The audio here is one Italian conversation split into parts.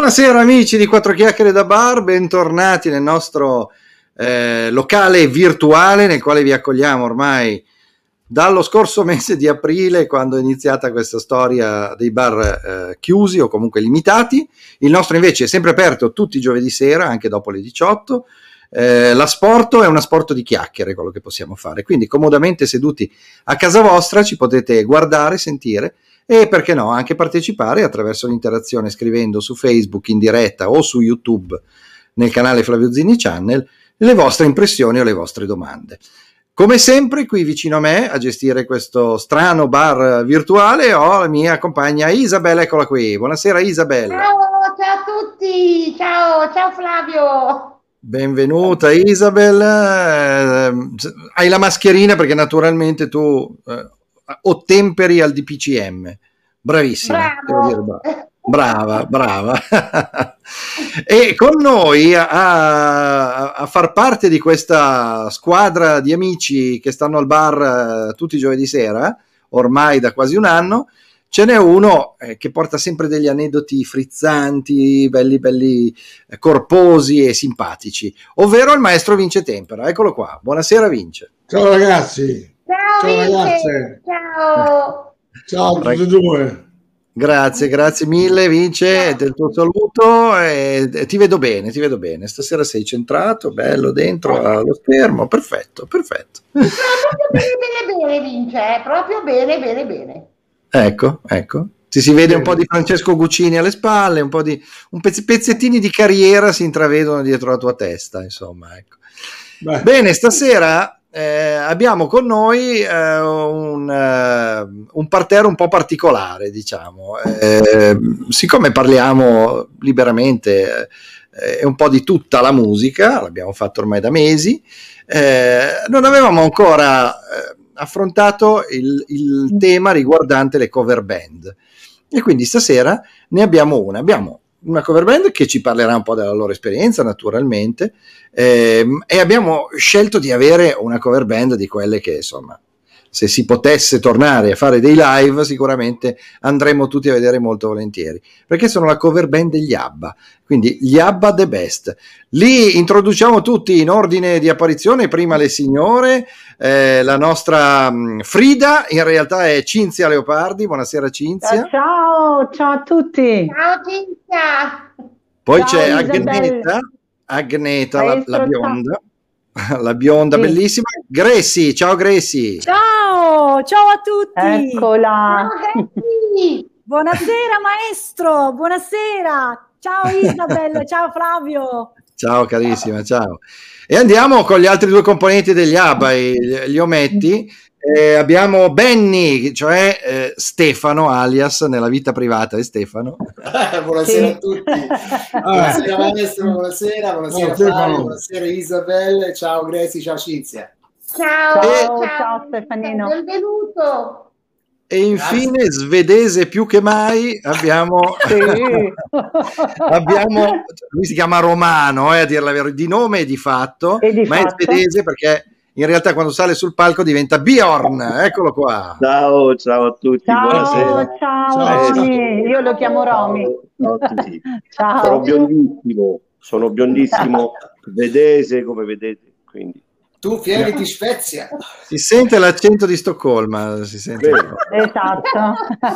Buonasera amici di Quattro Chiacchiere da Bar, bentornati nel nostro locale virtuale nel quale vi accogliamo ormai dallo scorso mese di aprile, quando è iniziata questa storia dei bar chiusi o comunque limitati. Il nostro invece è sempre aperto tutti i giovedì sera, anche dopo le 18. L'asporto è un asporto di chiacchiere, quello che possiamo fare, quindi comodamente seduti a casa vostra ci potete guardare, sentire e perché no anche partecipare attraverso l'interazione scrivendo su Facebook in diretta o su YouTube nel canale Flavio Zini Channel le vostre impressioni o le vostre domande. Come sempre qui vicino a me a gestire questo strano bar virtuale ho la mia compagna Isabella, eccola qui. Buonasera Isabella. Ciao a tutti, ciao Flavio. Benvenuta Isabella. Hai la mascherina perché naturalmente tu ottemperi al DPCM. Bravissima. Bravo. Brava. E con noi a far parte di questa squadra di amici che stanno al bar tutti i giovedì sera, ormai da quasi un anno, ce n'è uno che porta sempre degli aneddoti frizzanti, belli corposi e simpatici, ovvero il maestro Vince Tempera. Eccolo qua. Buonasera Vince. Ciao ragazzi. Ciao Vince. Ragazze. Ciao A tutti e due. Grazie mille Vince del tuo saluto e ti vedo bene, stasera sei centrato, bello dentro allo schermo, perfetto. Proprio bene Vince, proprio bene. Ecco, ti si vede un po' di Francesco Guccini alle spalle, pezzettini di carriera si intravedono dietro la tua testa, insomma, ecco. Bene, stasera abbiamo con noi un parterre un po' particolare, diciamo. Siccome parliamo liberamente un po' di tutta la musica, l'abbiamo fatto ormai da mesi, non avevamo ancora affrontato il tema riguardante le cover band e quindi stasera ne abbiamo una cover band che ci parlerà un po' della loro esperienza naturalmente e abbiamo scelto di avere una cover band di quelle che insomma se si potesse tornare a fare dei live sicuramente andremo tutti a vedere molto volentieri, perché sono la cover band degli ABBA, quindi gli ABBA The Best. Li introduciamo tutti in ordine di apparizione, prima le signore, la nostra Frida in realtà è Cinzia Leopardi. Buonasera Cinzia. Ciao a tutti. Ciao Cinzia. Poi c'è Agneta la bionda. La bionda bellissima. Gracie, ciao Gracie. Ciao a tutti. Eccola. Buonasera maestro, buonasera. Ciao Isabella, ciao Flavio. Ciao carissima, ciao. E andiamo con gli altri due componenti degli ABBA, gli ometti. Abbiamo Benny, cioè Stefano, alias nella vita privata è Stefano. Buonasera a tutti. Buonasera maestro, buonasera Flavio, buonasera Isabella, ciao Gracie, ciao Cinzia. Ciao Stefanino. Benvenuto. E infine, svedese più che mai, abbiamo lui si chiama Romano, a dire la verità, di nome e di fatto, ma è svedese perché in realtà quando sale sul palco diventa Bjorn, eccolo qua. Ciao a tutti, buonasera. Ciao. Io lo chiamo Romy. Ciao a tutti. Ciao. Sono biondissimo, svedese come vedete, quindi. Tu vieni di Svezia. Si sente l'accento di Stoccolma, si sente. Esatto.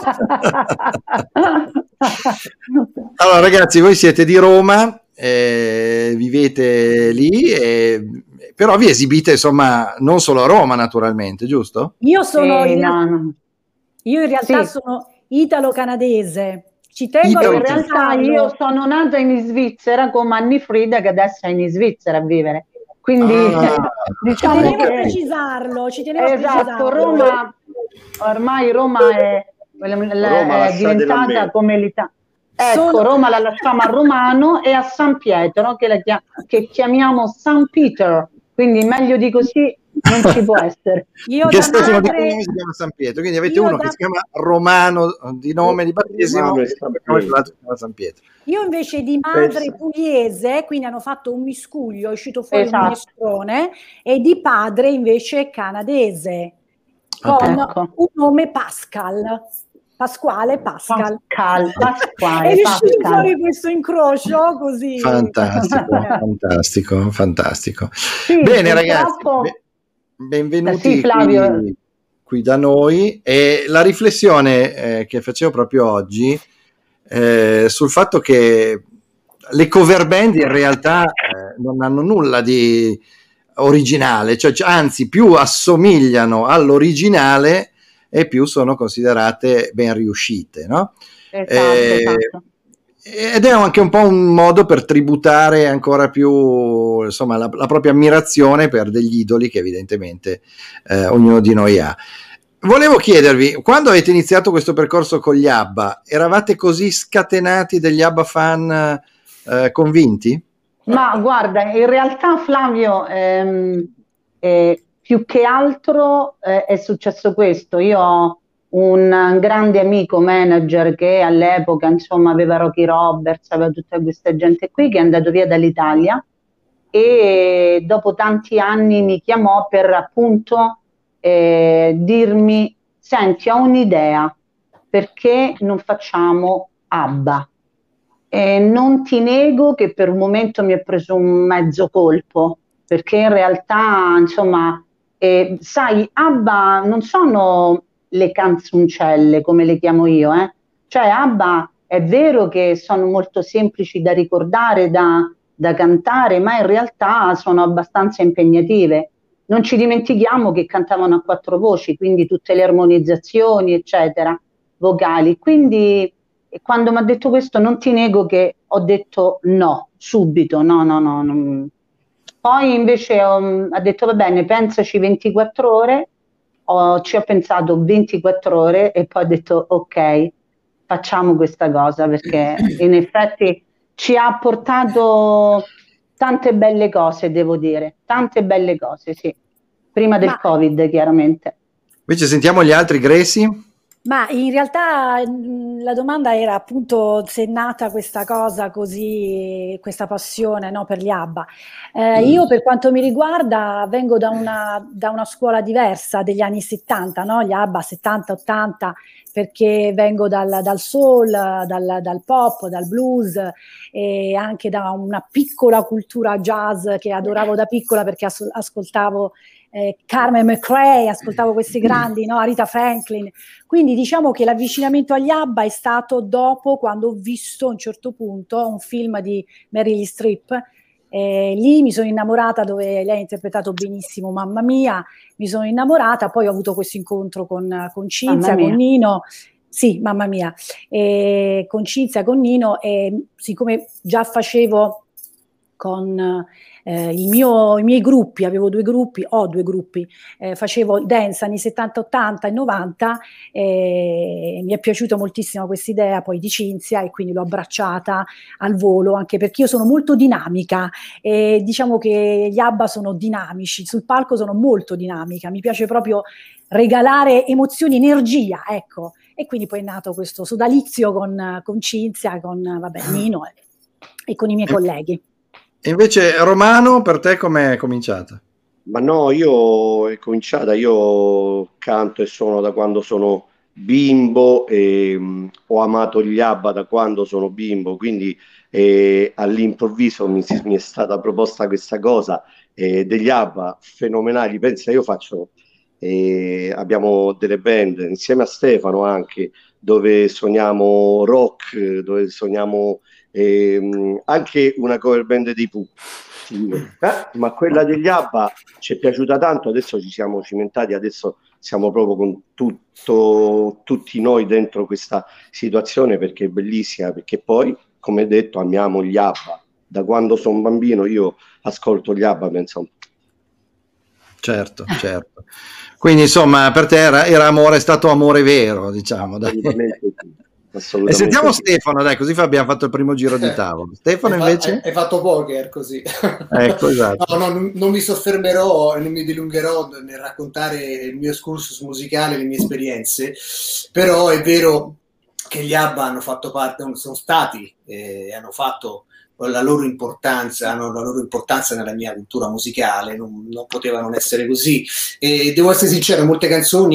Allora ragazzi, voi siete di Roma, vivete lì, però vi esibite insomma non solo a Roma naturalmente, giusto? Io in realtà sono italo-canadese. Ci tengo in realtà io sono nata in Svizzera come Anni Frida che adesso è in Svizzera a vivere. Quindi diciamo ci tenevo a precisarlo. Esatto, Roma ormai è diventata come l'Italia. Ecco, Roma la lasciamo a Romano e a San Pietro che chiamiamo San Peter, quindi meglio di così non ci può essere. Che Stefano di cognome si chiama San Pietro, quindi avete uno che si chiama Romano di nome di battesimo e l'altro si chiama San Pietro. Io invece di madre pugliese, quindi hanno fatto un miscuglio, è uscito fuori un minestrone, e di padre invece canadese, con un nome Pascal. Pasquale, Pascal. Pasquale, è riuscito fuori questo incrocio così. Fantastico. Sì, bene ragazzi, benvenuti qui da noi. E la riflessione che facevo proprio oggi sul fatto che le cover band in realtà non hanno nulla di originale, cioè anzi più assomigliano all'originale e più sono considerate ben riuscite, no? Esatto. Ed è anche un po' un modo per tributare ancora più, insomma, la propria ammirazione per degli idoli che evidentemente ognuno di noi ha. Volevo chiedervi, quando avete iniziato questo percorso con gli ABBA, eravate così scatenati degli ABBA fan convinti? Ma guarda, in realtà Flavio, più che altro è successo questo. Io ho un grande amico manager che all'epoca insomma aveva Rocky Roberts, aveva tutta questa gente qui, che è andato via dall'Italia e dopo tanti anni mi chiamò per appunto dirmi: senti, ho un'idea, perché non facciamo ABBA? Non ti nego che per un momento mi ha preso un mezzo colpo, perché in realtà insomma sai, ABBA non sono le canzoncelle come le chiamo io, cioè ABBA è vero che sono molto semplici da ricordare, da cantare, ma in realtà sono abbastanza impegnative. Non ci dimentichiamo che cantavano a 4 voci, quindi tutte le armonizzazioni eccetera, vocali. Quindi quando mi ha detto questo non ti nego che ho detto no, subito, no. Poi invece ha detto va bene, pensaci 24 ore, ci ho pensato 24 ore e poi ho detto ok, facciamo questa cosa, perché in effetti ci ha portato tante belle cose, devo dire, tante belle cose, sì, prima del Covid chiaramente. Invece sentiamo gli altri, Gracie. Ma in realtà la domanda era appunto se è nata questa cosa così, questa passione, no, per gli ABBA. Io per quanto mi riguarda vengo da una scuola diversa degli anni 70, no? Gli ABBA 70-80, perché vengo dal soul, dal pop, dal blues e anche da una piccola cultura jazz che adoravo da piccola, perché ascoltavo Carmen McRae, ascoltavo questi grandi, no? Aretha Franklin. Quindi diciamo che l'avvicinamento agli ABBA è stato dopo, quando ho visto a un certo punto un film di Meryl Streep. Lì mi sono innamorata, dove lei ha interpretato benissimo Mamma Mia, mi sono innamorata. Poi ho avuto questo incontro con Cinzia, con Nino. Sì, Mamma Mia. Con Cinzia, con Nino, e siccome già facevo con i miei gruppi, avevo 2 gruppi, ho 2 gruppi, facevo dance anni 70, 80 e 90, mi è piaciuta moltissimo questa idea poi di Cinzia e quindi l'ho abbracciata al volo, anche perché io sono molto dinamica e diciamo che gli ABBA sono dinamici, sul palco sono molto dinamica, mi piace proprio regalare emozioni, energia, ecco, e quindi poi è nato questo sodalizio con Cinzia, con Nino e con i miei colleghi. E invece Romano, per te com'è cominciata? Ma no, io canto e suono da quando sono bimbo e ho amato gli ABBA da quando sono bimbo, quindi all'improvviso mi è stata proposta questa cosa degli ABBA fenomenali. Pensa, io abbiamo delle band insieme a Stefano anche, dove suoniamo rock, dove suoniamo anche una cover band dei Pooh, ma quella degli ABBA ci è piaciuta tanto, adesso ci siamo cimentati, adesso siamo proprio con tutti noi dentro questa situazione, perché è bellissima, perché poi, come detto, amiamo gli ABBA da quando sono bambino, io ascolto gli ABBA, penso. Certo. Quindi insomma per te era amore, è stato amore vero, diciamo. E sentiamo Stefano, dai, così abbiamo fatto il primo giro di tavolo. Stefano invece? Hai fatto poker così. Ecco, esatto. No, non mi soffermerò e non mi dilungherò nel raccontare il mio excursus musicale, le mie esperienze, però è vero che gli ABBA hanno fatto parte, sono stati e hanno fatto la loro importanza, hanno la loro importanza nella mia cultura musicale, non poteva non essere così. E devo essere sincero, molte canzoni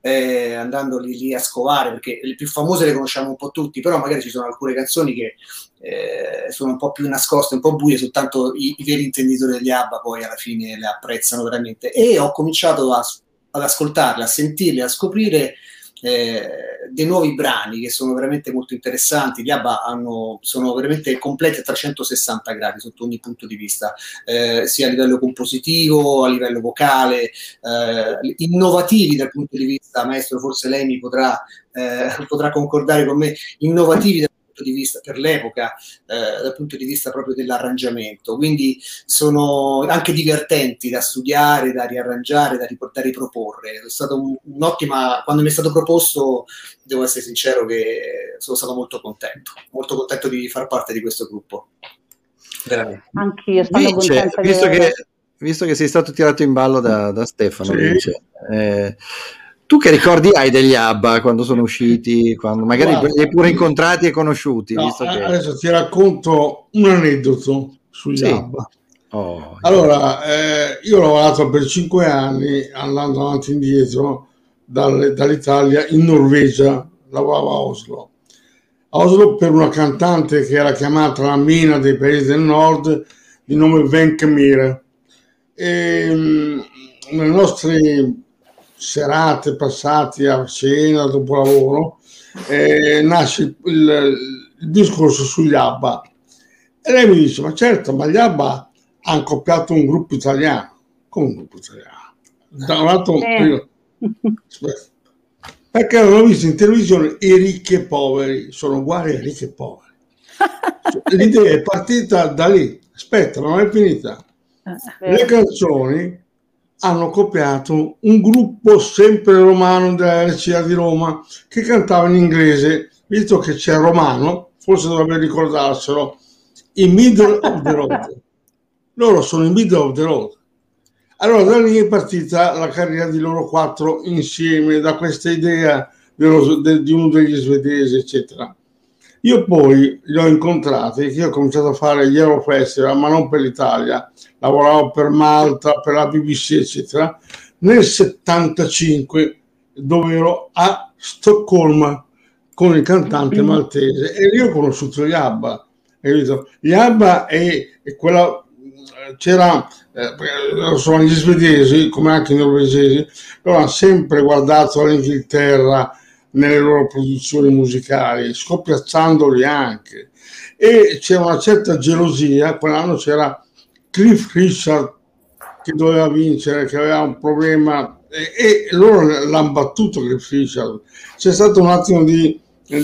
andando lì a scovare, perché le più famose le conosciamo un po' tutti, però magari ci sono alcune canzoni che sono un po' più nascoste, un po' buie, soltanto i veri intenditori degli ABBA poi alla fine le apprezzano veramente, e ho cominciato ad ascoltarle, a sentirle, a scoprire dei nuovi brani che sono veramente molto interessanti. Gli ABBA sono veramente completi a 360 gradi sotto ogni punto di vista, sia a livello compositivo, a livello vocale, innovativi dal punto di vista, maestro, forse lei mi potrà concordare con me, innovativi dal punto di vista per l'epoca, dal punto di vista proprio dell'arrangiamento, quindi sono anche divertenti da studiare, da riarrangiare, da riproporre. È stata un'ottima, quando mi è stato proposto, devo essere sincero che sono stato molto contento di far parte di questo gruppo, veramente. Anch'io sono contenta visto che sei stato tirato in ballo da Stefano, sì. Vince, tu che ricordi hai degli ABBA quando sono usciti, quando magari li hai pure incontrati e conosciuti? No, visto che... Adesso ti racconto un aneddoto sugli ABBA. Allora, io ho lavorato per 5 anni andando avanti e indietro dall'Italia in Norvegia, lavoravo a Oslo per una cantante che era chiamata la Mina dei paesi del nord, di nome Wenche Mire. E nelle nostre serate passate a cena dopo lavoro nasce il discorso sugli ABBA, e lei mi dice: ma certo, ma gli ABBA hanno copiato un gruppo italiano. Come un gruppo italiano? Da un lato perché avevo visto in televisione I ricchi e poveri sono uguali ai ricchi e poveri. L'idea è partita da lì. Aspetta, non è finita. Le canzoni hanno copiato un gruppo sempre romano della RCA di Roma che cantava in inglese, visto che c'è romano, forse dovrebbe ricordarselo, in Middle of the Road. Loro sono in Middle of the Road. Allora da lì è partita la carriera di loro 4 insieme, da questa idea di uno degli svedesi, eccetera. Io poi li ho incontrati, che io ho cominciato a fare gli Eurofestival, ma non per l'Italia, lavoravo per Malta, per la BBC, eccetera, nel 75, dove ero a Stoccolma con il cantante maltese, e lì ho conosciuto gli ABBA. Gli ABBA e quella... c'era, sono gli svedesi, come anche i norvegesi, loro hanno sempre guardato all'Inghilterra nelle loro produzioni musicali, scoppiazzandoli anche, e c'era una certa gelosia. Quell'anno c'era Cliff Richard che doveva vincere, che aveva un problema, e loro l'hanno battuto Cliff Richard. C'è stato un attimo di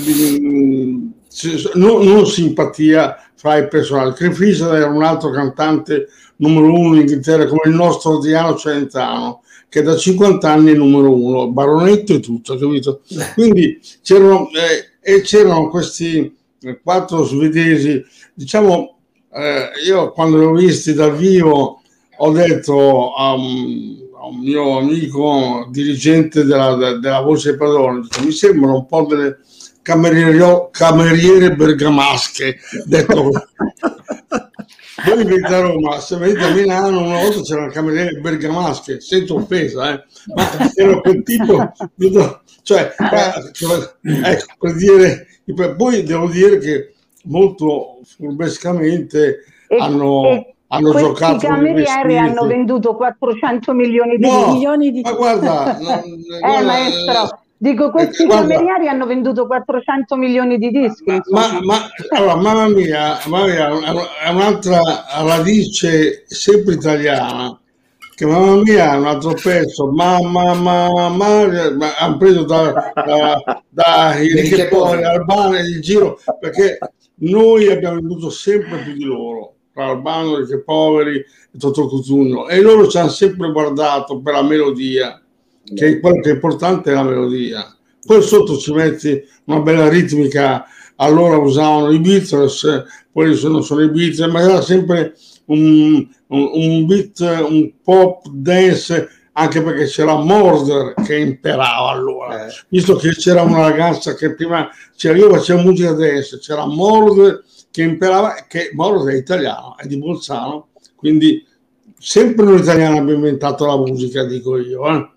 non simpatia fra i personaggi. Cliff Richard era un altro cantante numero 1 in Inghilterra, come il nostro Adriano Celentano, che da 50 anni è numero 1, baronetto e tutto, capito? Quindi c'erano questi 4 svedesi, diciamo, io quando li ho visti dal vivo ho detto a un mio amico dirigente della Voce Padrone, mi sembrano un po' delle cameriere bergamasche, detto voi venite a Roma, se venite a Milano una volta c'erano cameriere bergamasche, senza offesa, ma era quel tipo, cioè, ecco, per dire. Poi devo dire che molto furbescamente hanno giocato. I camerieri hanno venduto 400 milioni di ma guarda, maestro, dico, questi camerieri hanno venduto 400 milioni di dischi. Allora, Mamma Mia è un'altra radice sempre italiana, che Mamma Mia è un altro pezzo, hanno preso da i poi Albano e il giro, perché noi abbiamo venduto sempre più di loro, tra Albano, i poveri e Totò Cutugno, e loro ci hanno sempre guardato per la melodia, che quello che è importante è la melodia. Poi sotto ci metti una bella ritmica. Allora usavano i Beatles, poi sono i Beatles, ma era sempre un beat, un pop dance, anche perché c'era Moroder che imperava allora, visto che c'era una ragazza che prima io facevo musica dance, c'era Moroder che imperava, che Moroder è italiano, è di Bolzano, quindi sempre noi italiani abbiamo inventato la musica, dico io,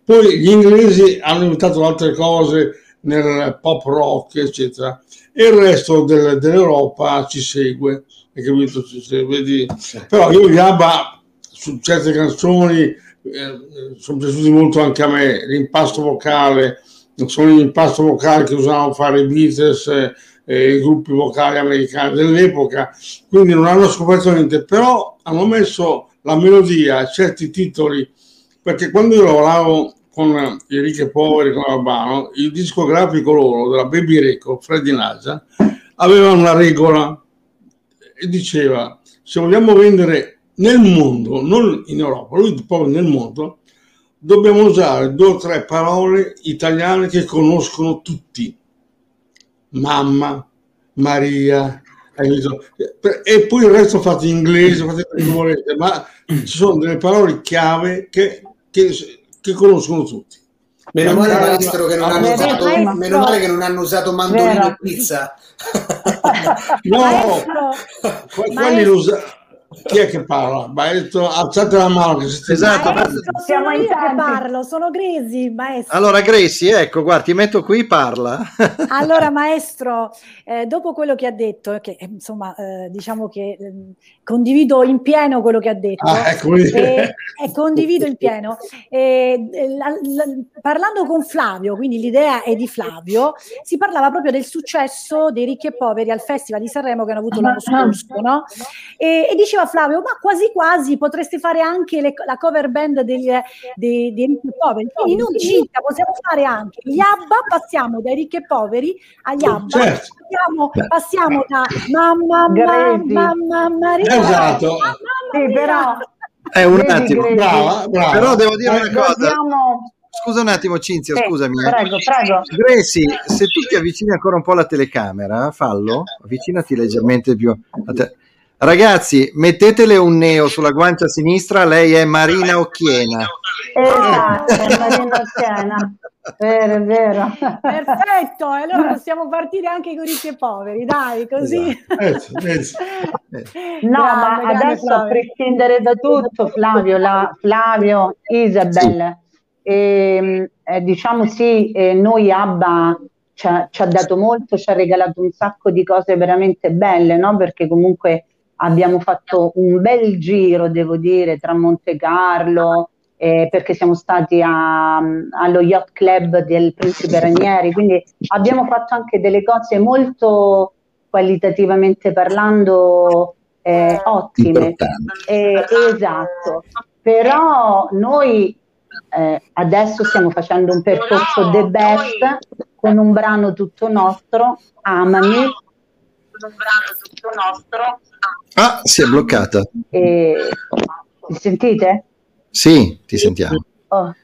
Poi gli inglesi hanno inventato altre cose nel pop rock, eccetera, e il resto dell'Europa ci segue, hai capito? Vedi? Però io gli ABBA su certe canzoni sono piaciuti molto anche a me, l'impasto vocale, sono l'impasto vocale che usavano fare i Beatles e i gruppi vocali americani dell'epoca, quindi non hanno scoperto niente, però hanno messo la melodia, certi titoli, perché quando io lavoravo con i ricchi e poveri, con Albano, il discografico loro, della Baby Record, Freddy Naja, aveva una regola e diceva: se vogliamo vendere nel mondo, non in Europa, lui proprio nel mondo, dobbiamo usare 2 o 3 parole italiane che conoscono tutti. Mamma, Maria, e poi il resto fate in inglese, fate quello che volete, ma ci sono delle parole chiave che conoscono tutti. Meno male, maestro, che non hanno usato, meno male che non hanno usato mandolino e pizza. No, quelli lo usano. Chi è che parla? Maestro, alzate la mano. Esatto, maestro, sono io che parlo, sono Gresi, maestro. Allora Gracie, ecco, guarda, ti metto qui, parla. Allora maestro, dopo quello che ha detto, che insomma diciamo che condivido in pieno quello che ha detto, condivido in pieno, parlando con Flavio, quindi l'idea è di Flavio, si parlava proprio del successo dei Ricchi e Poveri al Festival di Sanremo che hanno avuto l'anno scorso, no? E diceva Flavio, ma quasi quasi potreste fare anche la cover band dei Ricchi e Poveri, quindi non cinta, possiamo fare anche gli ABBA, passiamo dai Ricchi e Poveri agli ABBA, certo. passiamo da mamma Maria, esatto, sì, però un attimo, brava. Però devo dire una cosa. Scusa un attimo Cinzia, scusami. Prego. Gracie, se tu ti avvicini ancora un po' alla telecamera, fallo, avvicinati leggermente più. Ragazzi, mettetele un neo sulla guancia sinistra, lei è Marina Occhiena. Esatto, Marina Occhiena. Vero. Perfetto, allora possiamo partire anche con i Ricchi e Poveri, dai, così. Esatto. No, ma adesso Flavio, a prescindere da tutto, Flavio, Isabel, diciamo sì, noi ABBA ci ha dato molto, ci ha regalato un sacco di cose veramente belle, no? Perché comunque abbiamo fatto un bel giro, devo dire, tra Monte Carlo, perché siamo stati allo Yacht Club del Principe Ranieri, quindi abbiamo fatto anche delle cose molto qualitativamente parlando ottime. Esatto, però noi adesso stiamo facendo un percorso The Best con un brano tutto nostro, Amami. Ah, si è bloccata. Mi sentite? Sì, ti sentiamo. No,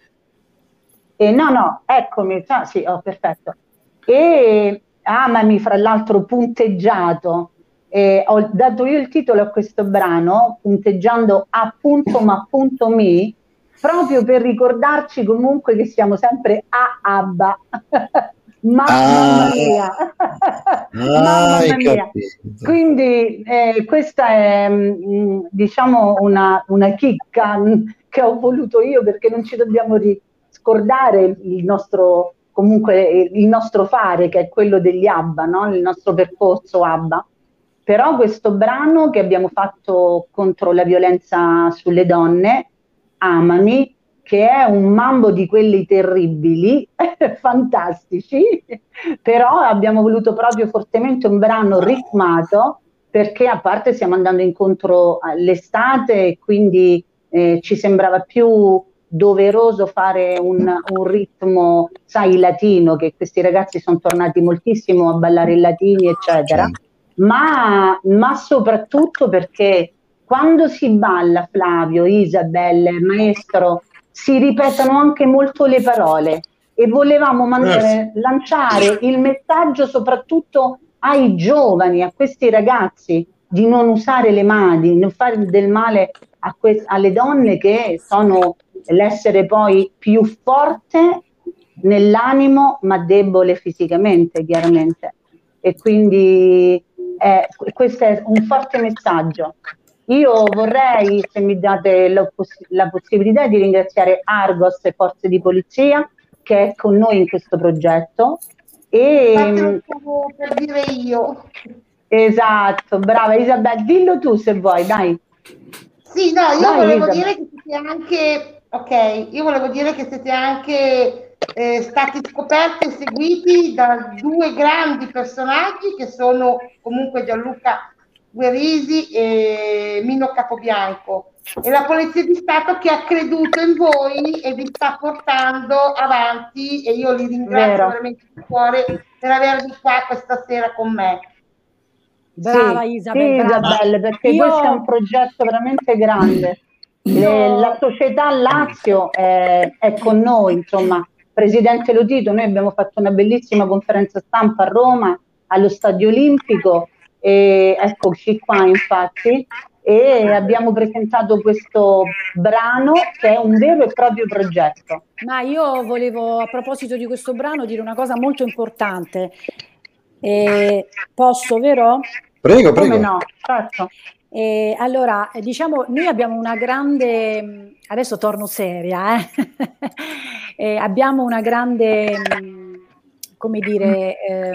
eccomi. Sì, perfetto. E Amami, fra l'altro, punteggiato. Ho dato io il titolo a questo brano, punteggiando appunto ma appunto mi, proprio per ricordarci comunque che siamo sempre a ABBA. Mamma mia. Mamma mia. Quindi questa è diciamo una chicca che ho voluto io, perché non ci dobbiamo scordare il nostro fare, che è quello degli ABBA, no? Il nostro percorso ABBA. Però questo brano che abbiamo fatto contro la violenza sulle donne, Amami, che è un mambo di quelli terribili, fantastici, però abbiamo voluto proprio fortemente un brano ritmato, perché a parte stiamo andando incontro all'estate e quindi ci sembrava più doveroso fare un ritmo, sai, latino, che questi ragazzi sono tornati moltissimo a ballare i latini, eccetera, ma soprattutto perché quando si balla, Flavio, Isabel, maestro, si ripetono anche molto le parole, e volevamo lanciare il messaggio soprattutto ai giovani, a questi ragazzi, di non usare le mani, non fare del male alle donne, che sono l'essere poi più forte nell'animo ma debole fisicamente, chiaramente. E quindi questo è un forte messaggio. io vorrei, se mi date la possibilità, di ringraziare Argos e Forze di Polizia che è con noi in questo progetto. Lo stavo per dire io. Esatto, brava Isabella, dillo tu se vuoi, dai. Sì, no, io volevo dire che siete anche, io volevo dire che siete anche stati scoperti e seguiti da due grandi personaggi che sono comunque Gianluca Guerrisi e Mino Capobianco, e la Polizia di Stato che ha creduto in voi e vi sta portando avanti, e io li ringrazio veramente di cuore per avervi qua questa sera con me. Brava Isabella, perché questo è un progetto veramente grande. La società Lazio è con noi, insomma, Presidente Lotito, noi abbiamo fatto una bellissima conferenza stampa a Roma, allo Stadio Olimpico, e eccoci qua infatti, e abbiamo presentato questo brano che è un vero e proprio progetto. Ma io volevo, a proposito di questo brano, dire una cosa molto importante. Posso, vero? Prego. Come no, certo. Allora, diciamo, noi abbiamo una grande, adesso torno seria, abbiamo una grande, come dire,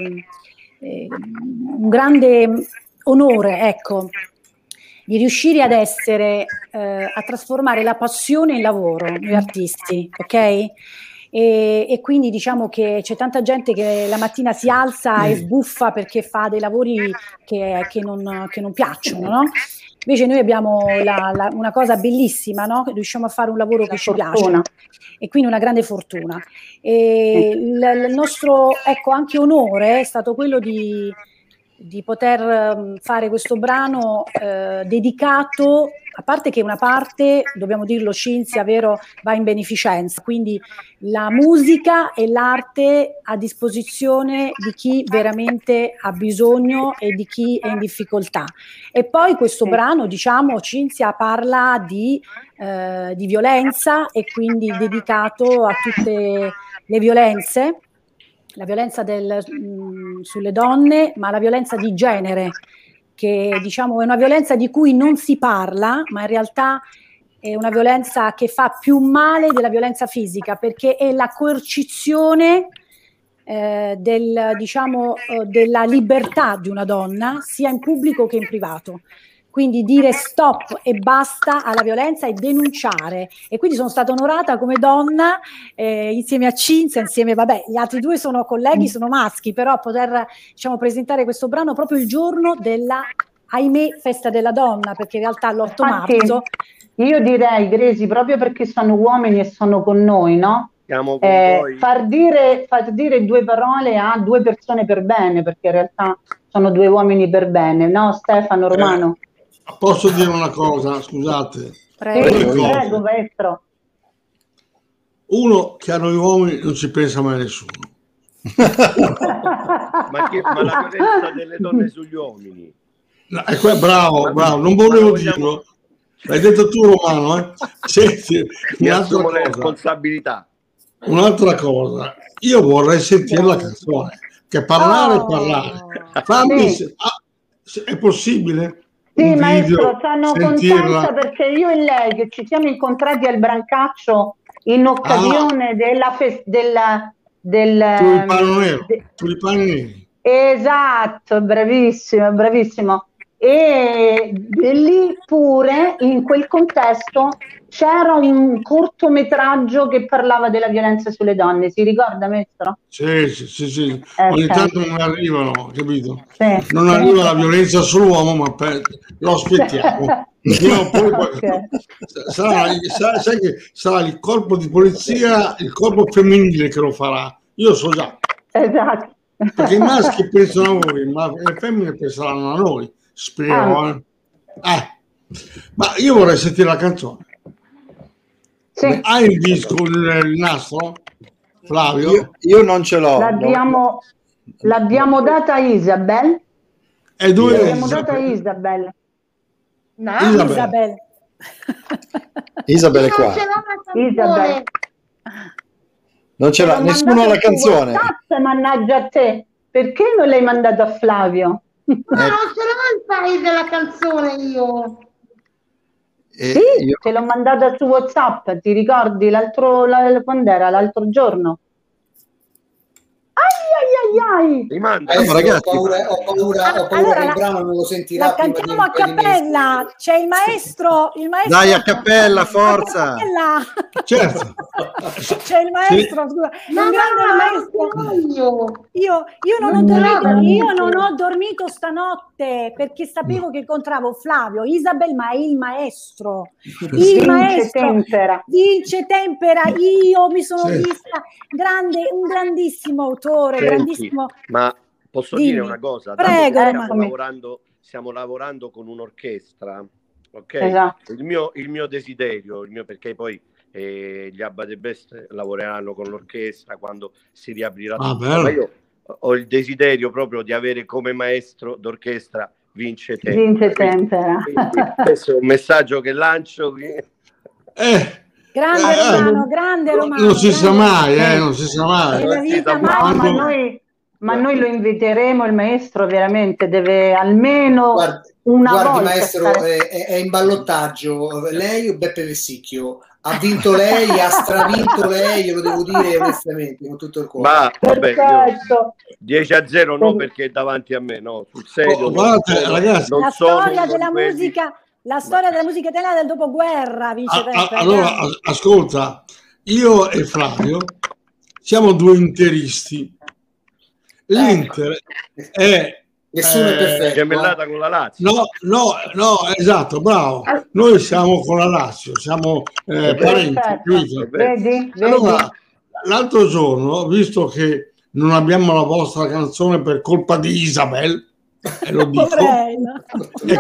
un grande onore, ecco, di riuscire ad essere, a trasformare la passione in lavoro, noi artisti, ok? E quindi diciamo che c'è tanta gente che la mattina si alza e sbuffa perché fa dei lavori che non piacciono, no? Invece noi abbiamo una cosa bellissima, no? Riusciamo a fare un lavoro che ci piace, e quindi una grande fortuna. E il nostro, ecco, anche onore è stato quello di poter fare questo brano dedicato, a parte che una parte, dobbiamo dirlo Cinzia, vero, va in beneficenza, quindi la musica e l'arte a disposizione di chi veramente ha bisogno e di chi è in difficoltà. E poi questo brano, diciamo, Cinzia parla di violenza, e quindi dedicato a tutte le violenze, la violenza sulle donne, ma la violenza di genere, che diciamo è una violenza di cui non si parla, ma in realtà è una violenza che fa più male della violenza fisica, perché è la coercizione della libertà di una donna, sia in pubblico che in privato. Quindi dire stop e basta alla violenza e denunciare. E quindi sono stata onorata come donna, insieme a Cinzia, insieme, vabbè, gli altri due sono colleghi, sono maschi, però poter, diciamo, presentare questo brano proprio il giorno della, ahimè, festa della donna, perché in realtà l'8 marzo... Io direi, Gresi, proprio perché sono uomini e sono con noi, no? Siamo con voi. Far dire due parole a due persone per bene, perché in realtà sono due uomini per bene, no Stefano, Romano? Posso dire una cosa, scusate? Prego, maestro. Uno, che a noi uomini non ci pensa mai nessuno. ma la violenza delle donne sugli uomini. No, bravo, non volevo dirlo. L'hai detto tu, Romano. Senti, responsabilità. Un'altra cosa, io vorrei sentire la canzone, che parlare e parlare. È possibile? Sì, maestro, sono contenta perché io e lei che ci siamo incontrati al Brancaccio in occasione del Tulipano Neri. Esatto, bravissimo. E lì pure, in quel contesto, c'era un cortometraggio che parlava della violenza sulle donne, si ricorda, maestro? Sì. Ogni tanto non arrivano, capito? Non arriva la violenza sull'uomo, ma lo aspettiamo. Sai che sarà il corpo di polizia, il corpo femminile che lo farà. Io so già. Esatto. Perché i maschi pensano a voi, ma le femmine penseranno a noi. Spero. Ma io vorrei sentire la canzone. Sì. Hai il disco, il nastro, Flavio? Io non ce l'ho. L'abbiamo data a Isabel. E dove l'abbiamo data a Isabel? No, Isabel è qua. Isabel. Non ce l'ha, nessuno ha la canzone. Mannaggia a te, perché non l'hai mandato a Flavio? Ma non ce l'ho il file della canzone io. Sì, te l'ho mandata su WhatsApp, ti ricordi quando era? L'altro giorno? Ai. Ragazzi, ho paura allora, che il brano non lo sentirà. La cantiamo a cappella, c'è il maestro. Dai, a cappella, forza! Certo. C'è il maestro, scusa. Un grande maestro. Io non ho dormito stanotte perché sapevo che incontravo Flavio, Isabel, ma è il maestro. Vince Tempera. Io mi sono vista un grandissimo autore, grandissimo. Ma posso dire una cosa? Prego, stiamo lavorando con un'orchestra, ok? Esatto. Il mio desiderio, perché poi gli Abba The Best lavoreranno con l'orchestra quando si riaprirà tutto. Ma io ho il desiderio proprio di avere come maestro d'orchestra Vince Tempera. Questo è un messaggio che lancio. Grande Romano. Non si sa mai, non si sa mai. Ma noi lo inviteremo, il maestro veramente deve almeno una volta. Il maestro è in ballottaggio, lei o Beppe Vessicchio? Ha vinto lei, ha stravinto lei, io lo devo dire onestamente, con tutto il cuore. Ma vabbè, 10-0 no, perché è davanti a me, no, sul serio. Ragazzi, la storia della musica italiana del dopoguerra, allora, ascolta, io e Flavio siamo due interisti. L'Inter è nessuno è perfetto, gemellata con la Lazio. No, esatto, bravo. Noi siamo con la Lazio, siamo parenti. Vedi? Allora, l'altro giorno, visto che non abbiamo la vostra canzone per colpa di Isabel, lo dico. Posso dire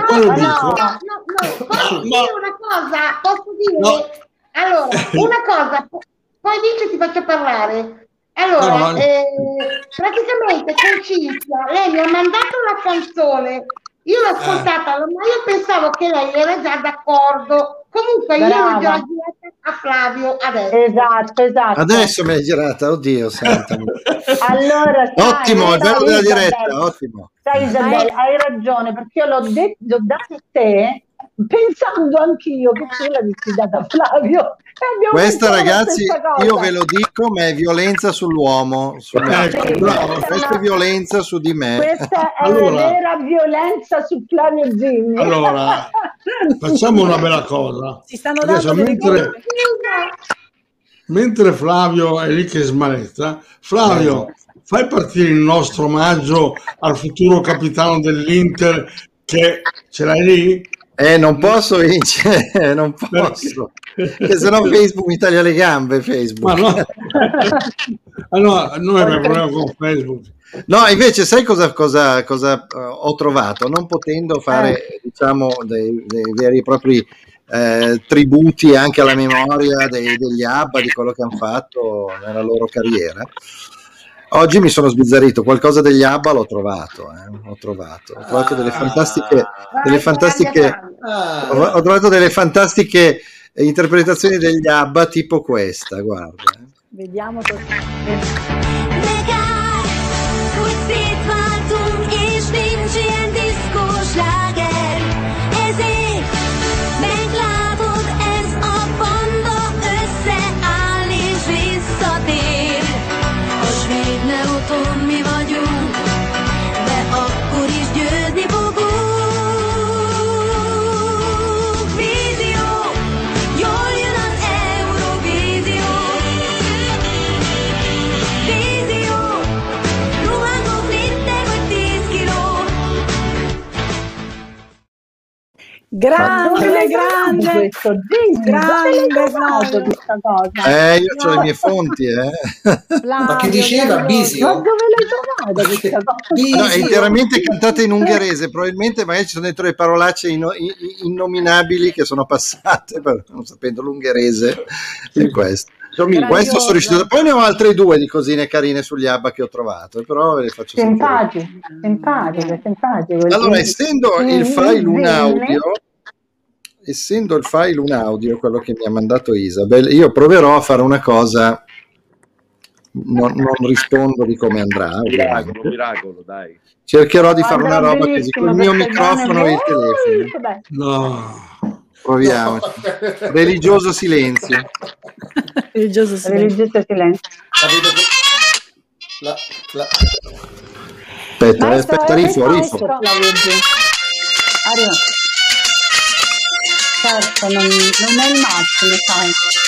una cosa? Posso dire? No. Allora, una cosa, poi Vince ti faccio parlare. Allora, praticamente con Cinzia, lei mi ha mandato la canzone, io l'ho ascoltata, ma io pensavo che lei era già d'accordo. Comunque io l'ho già girata a Flavio adesso. Esatto. Adesso mi hai girata, oddio santo. Allora, ottimo, è bello della diretta, ottimo. Sai Isabella, hai ragione, perché io l'ho dato a te pensando anch'io che tu l'avessi data a Flavio. Questa, ragazzi, io ve lo dico, ma è violenza sull'uomo. Questa è violenza su di me. Questa è la vera violenza su Flavio Zimmi. Allora, facciamo una bella cosa. Si stanno dando mentre Flavio è lì che smanetta, Flavio, fai partire il nostro omaggio al futuro capitano dell'Inter, che ce l'hai lì? Non posso vincere, non posso, perché sennò Facebook mi taglia le gambe. Facebook. Ma no, noi abbiamo problema con Facebook. No, invece sai cosa ho trovato? Non potendo fare diciamo dei veri e propri tributi anche alla memoria degli ABBA, di quello che hanno fatto nella loro carriera. Oggi mi sono sbizzarrito, qualcosa degli ABBA l'ho trovato, ho trovato delle fantastiche interpretazioni degli ABBA, tipo questa, guarda. Vediamo grande questa cosa. Io ho le mie fonti, Ma che diceva Bisio? Ma dove l'hai trovata questa cosa? No, è interamente cantata in ungherese, probabilmente magari ci sono dentro le parolacce innominabili che sono passate non sapendo l'ungherese in questo. Questo sono riuscito. Poi ne ho altre due di cosine carine sugli ABBA che ho trovato, però ve le faccio simpatiche. Allora, essendo il file un audio, quello che mi ha mandato Isabel, io proverò a fare una cosa, non rispondo di come andrà. Miracolo, dai. Cercherò di fare una roba così con il mio microfono e il telefono. No. Proviamoci. Religioso silenzio. Religioso silenzio. Aspetta, rifo. Arriva. Certo, non è il massimo, sai.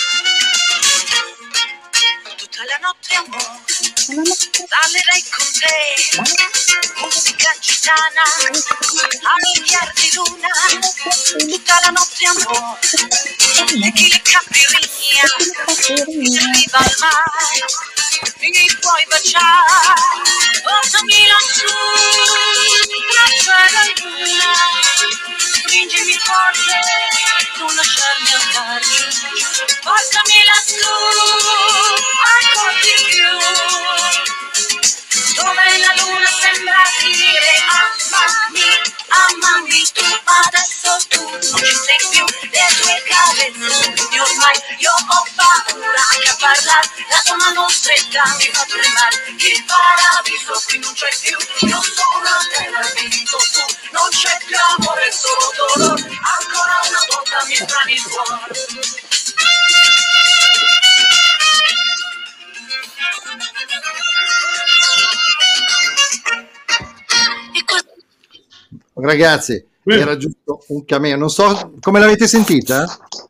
Tutta la notte amore, ballerei con te, musica gitana, a miliardi luna, tutta la notte amore, e chi le capirigna, arriva al mare, mi puoi baciare, portami lassù, tra cielo e luna, stringimi forte, non lasciarmi andare giù, portami lassù, ancora di più, dove la luna sembra dire amami, tu adesso tu non ci sei più, le tue carezze, quindi ormai io ho paura anche a parlare, la tua mano stretta mi fa tremare, il paradiso qui non c'è più, io sono a terra e vinto tu, non c'è più amore, solo dolore, ancora una volta mi strani il cuore. Ragazzi, era giusto un cameo, non so come l'avete sentita?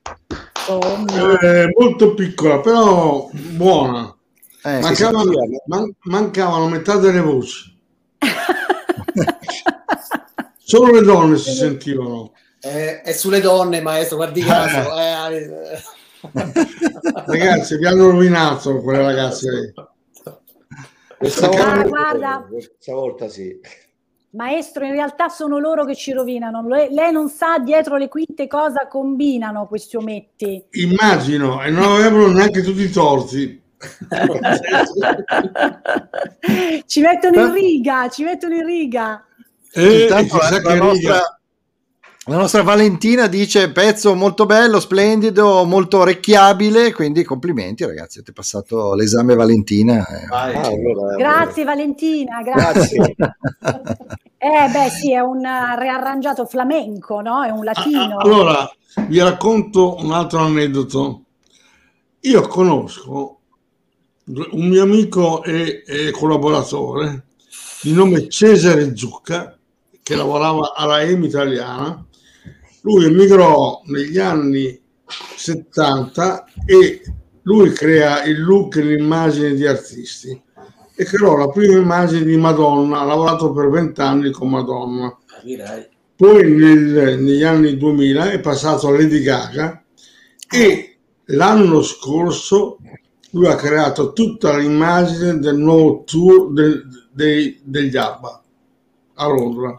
Molto piccola, però buona. Mancavano metà delle voci. Solo le donne si sentivano. È sulle donne, maestro, guardi caso. Ragazzi, vi hanno rovinato quelle ragazze. Questa guarda. volta sì. Maestro, in realtà sono loro che ci rovinano. Lei non sa dietro le quinte cosa combinano questi ometti. Immagino, e non avevano neanche tutti i torti. Ci mettono in riga. Intanto la nostra Valentina dice pezzo molto bello, splendido, molto orecchiabile, quindi complimenti ragazzi, avete passato l'esame Valentina. Grazie Valentina, grazie. Sì, è un riarrangiato flamenco, no? È un latino. Allora, vi racconto un altro aneddoto. Io conosco un mio amico e collaboratore di nome Cesare Zucca, che lavorava alla EMI italiana. Lui emigrò negli anni 70 e lui crea il look e l'immagine di artisti e creò la prima immagine di Madonna, ha lavorato per 20 anni con Madonna. Poi negli anni 2000 è passato a Lady Gaga e l'anno scorso lui ha creato tutta l'immagine del nuovo tour degli ABBA a Londra.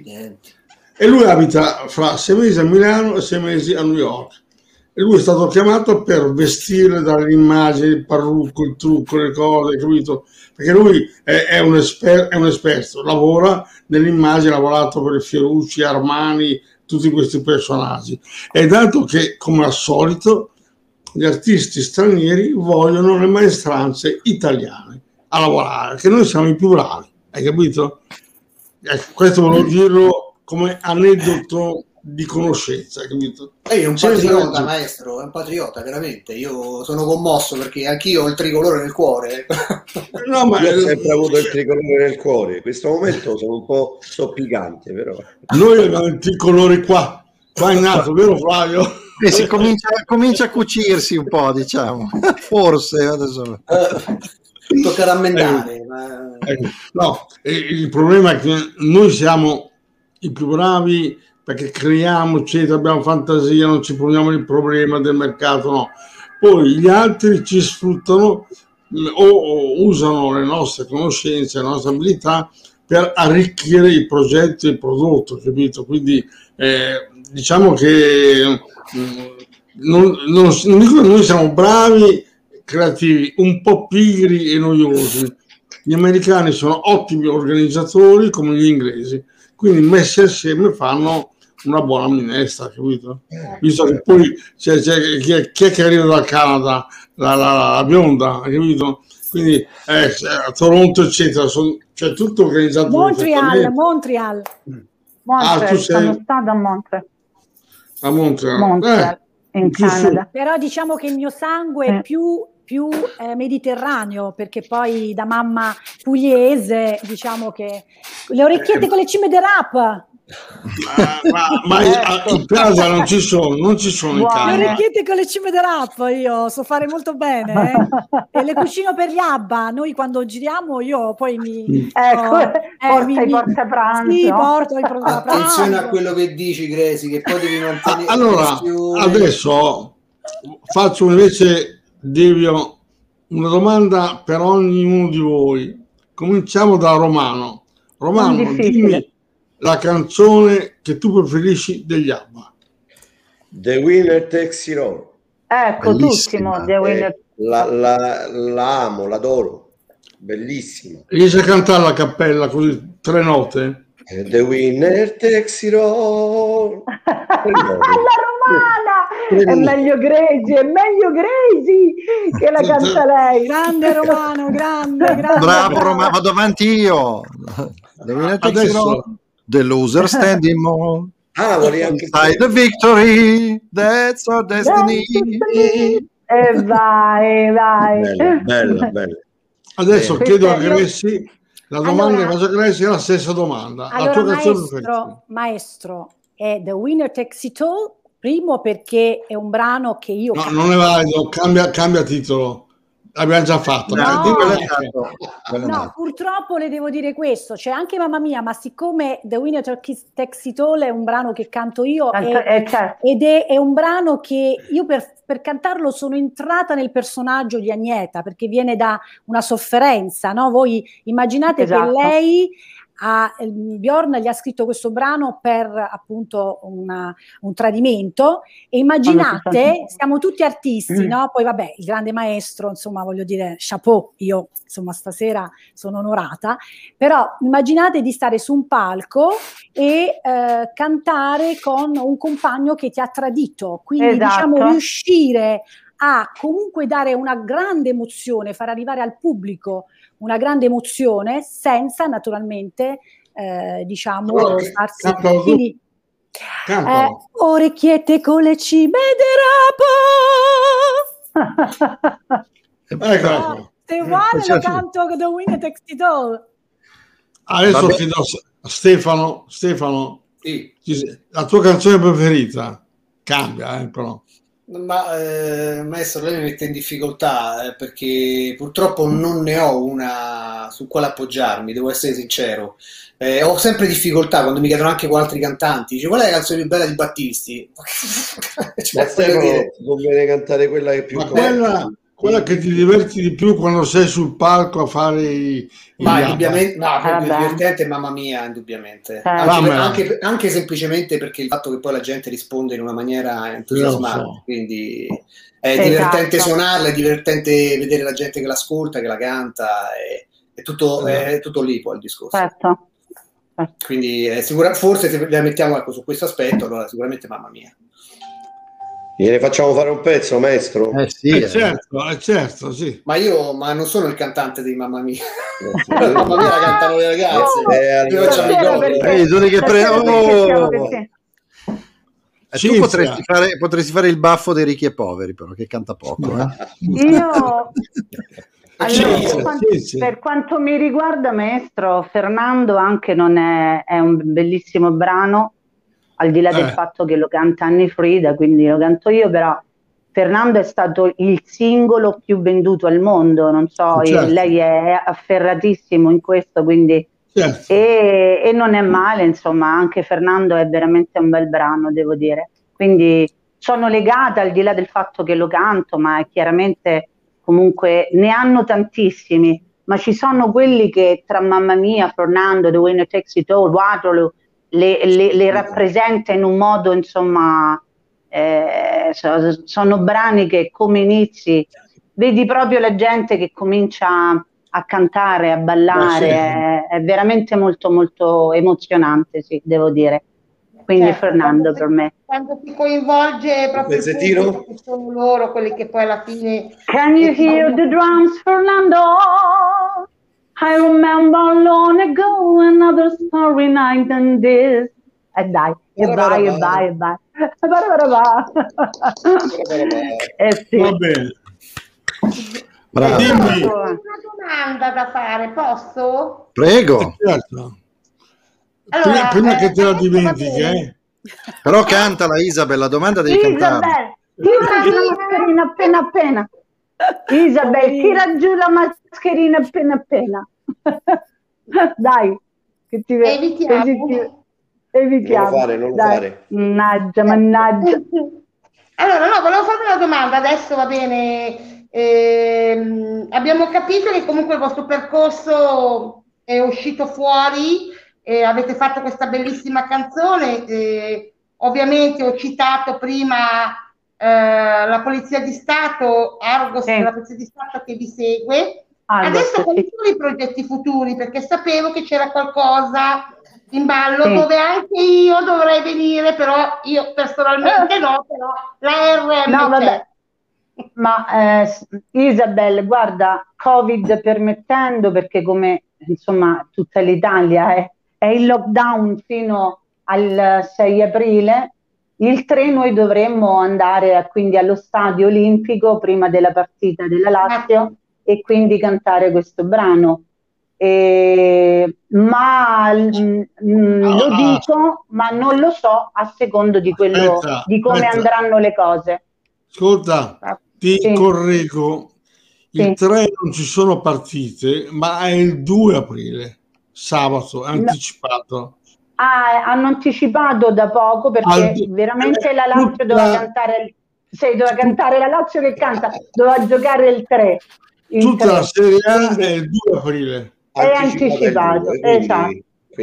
E lui abita fra 6 mesi a Milano e 6 mesi a New York. E lui è stato chiamato per vestire dall'immagine, il parrucco, il trucco, le cose, capito? Perché lui è un esperto, lavora nell'immagine, ha lavorato per Fiorucci, Armani, tutti questi personaggi. E dato che, come al solito, gli artisti stranieri vogliono le maestranze italiane a lavorare, che noi siamo i più bravi, hai capito? Questo volevo dirlo come aneddoto di conoscenza, capito? Lei è un patriota, maestro, è un patriota, veramente. Io sono commosso perché anch'io ho il tricolore nel cuore. No, ma io ho sempre avuto il tricolore nel cuore. In questo momento sono un po' soppicante, però. Noi abbiamo il tricolore qua in nato, vero Flavio? E si comincia a cucirsi un po', diciamo. Forse adesso. Tocca rammendare. No, il problema è che noi siamo i più bravi perché creiamo, abbiamo fantasia, non ci poniamo il problema del mercato, no. Poi gli altri ci sfruttano o usano le nostre conoscenze, le nostre abilità per arricchire il progetto e il prodotto, capito? Quindi diciamo che non dico che noi siamo bravi, creativi, un po' pigri e noiosi. Gli americani sono ottimi organizzatori come gli inglesi, quindi messi assieme fanno una buona minestra, capito? Visto che poi c'è chi è che arriva dal Canada, la bionda, capito? Quindi a Toronto eccetera, c'è tutto organizzato. Montreal. Tu sei... Sono stata a Montreal. A Montreal. Montreal, in Canada. Però diciamo che il mio sangue è più mediterraneo, perché poi da mamma pugliese diciamo che le orecchiette con le cime del rap. Ma in casa non ci sono in casa. Le orecchiette con le cime del rap io so fare molto bene, e le cucino per gli ABBA. Noi quando giriamo io poi porta pranzo. Sì, porto i pranzo. Attenzione a quello che dici, Gresi, che poi devi mantenere. Allora, adesso faccio invece, Devio, una domanda per ognuno di voi. Cominciamo da Romano. Romano, dimmi la canzone che tu preferisci degli ABBA. The Winner Takes It All. Ecco, bellissima. The Winner. La amo, l'adoro, bellissima. Riesci a cantare la cappella così, 3 note? The Winner Takes It All. La romana è meglio Gregi che la canta lei. Grande Romano, grande. Bravo Romano, vado avanti io. The Winner Takes It All. The loser standing more. Inside the victory, that's our destiny. E vai. Bella. Adesso chiedo a Gresi la domanda che faccio a Gresi è la stessa domanda. Allora, la tua maestro, è The Winner Takes It All, primo perché è un brano che io... No, non è valido, cambia titolo. L'abbiamo già fatto. No, purtroppo le devo dire questo. C'è anche Mamma Mia, ma siccome The Winner Takes It All è un brano che canto io ed è un brano che io per cantarlo sono entrata nel personaggio di Agneta, perché viene da una sofferenza, no? Voi immaginate che lei... Bjorn gli ha scritto questo brano per appunto un tradimento, e immaginate, siamo tutti artisti, no? Poi vabbè, il grande maestro, insomma, voglio dire, chapeau, io insomma stasera sono onorata, però immaginate di stare su un palco e cantare con un compagno che ti ha tradito, quindi diciamo riuscire a comunque dare una grande emozione, far arrivare al pubblico una grande emozione senza naturalmente diciamo farsi, quindi orecchiette con le cime del rapo. Se vuole lo canto The Winner Takes It All. Adesso chiedo a Stefano, sì. La tua canzone preferita? Cambia, però. Ma maestro, lei mi mette in difficoltà perché purtroppo non ne ho una su quale appoggiarmi, devo essere sincero. Ho sempre difficoltà quando mi chiedono anche con altri cantanti. Dice, qual è la canzone più bella di Battisti? Conviene cantare quella che è più quella che ti diverti di più quando sei sul palco a fare ma indubbiamente più divertente è Mamma Mia, indubbiamente. Anche semplicemente perché il fatto che poi la gente risponde in una maniera entusiasmante, quindi è divertente suonarla, è divertente vedere la gente che l'ascolta, che la canta, è tutto lì poi il discorso. Certo. Quindi forse se la mettiamo su questo aspetto, allora sicuramente Mamma Mia. Gliene facciamo fare un pezzo, maestro? Certo, sì. Ma non sono il cantante di Mamma Mia. Mamma Mia la cantano le ragazze. Tu potresti fare il baffo dei ricchi e poveri, però, che canta poco. Io... Allora, per quanto mi riguarda, maestro, Fernando anche non è un bellissimo brano, al di là del fatto che lo canta Anni Frida, quindi lo canto io, però Fernando è stato il singolo più venduto al mondo, non so, lei è afferratissimo in questo, quindi e non è male, insomma, anche Fernando è veramente un bel brano, devo dire, quindi sono legata al di là del fatto che lo canto, ma chiaramente comunque ne hanno tantissimi, ma ci sono quelli che tra Mamma Mia, Fernando, The Winner Takes It All, Waterloo le rappresenta in un modo, insomma, sono brani che come inizi vedi proprio la gente che comincia a cantare, a ballare, è veramente molto molto emozionante, sì, devo dire. Quindi Fernando per me. Quando si coinvolge proprio il pubblico, che sono loro quelli che poi alla fine... Can you hear the drums, Fernando? I remember long ago another starry night than this. Dai, e vai. Sì. Va bene. Bravo. Dimmi. Ho una domanda da fare, posso? Prego. Certo. Allora, Prima che te la adesso va dimentichi, bene. Però cantala Isabel, la domanda devi cantare. Isabel, tira giù la mascherina appena. Isabel, tira giù la mascherina appena. Dai, che ti Evitiamo. Evitiamo. Non lo fare. Mannaggia. Allora, no, volevo fare una domanda, adesso va bene. Abbiamo capito che comunque il vostro percorso è uscito fuori e avete fatto questa bellissima canzone. Ovviamente ho citato prima la Polizia di Stato, Argos della Polizia di Stato che vi segue. Adesso quali sono i progetti futuri? Perché sapevo che c'era qualcosa in ballo dove anche io dovrei venire, però io personalmente no, però la RM no, c'è. Ma Isabel, guarda, Covid permettendo, perché come insomma tutta l'Italia è in lockdown fino al 6 aprile, il 3 noi dovremmo andare quindi allo Stadio Olimpico prima della partita della Lazio e quindi cantare questo brano. Ma lo dico, ma non lo so a secondo di quello di come andranno le cose. Ascolta, ti correggo, il 3 non ci sono partite, ma è il 2 aprile, sabato, anticipato. Hanno anticipato da poco perché veramente la Lazio doveva cantare, doveva cantare la Lazio che canta, doveva giocare il 3. Tutta la Serie A è il 2 aprile. È anticipato, esatto.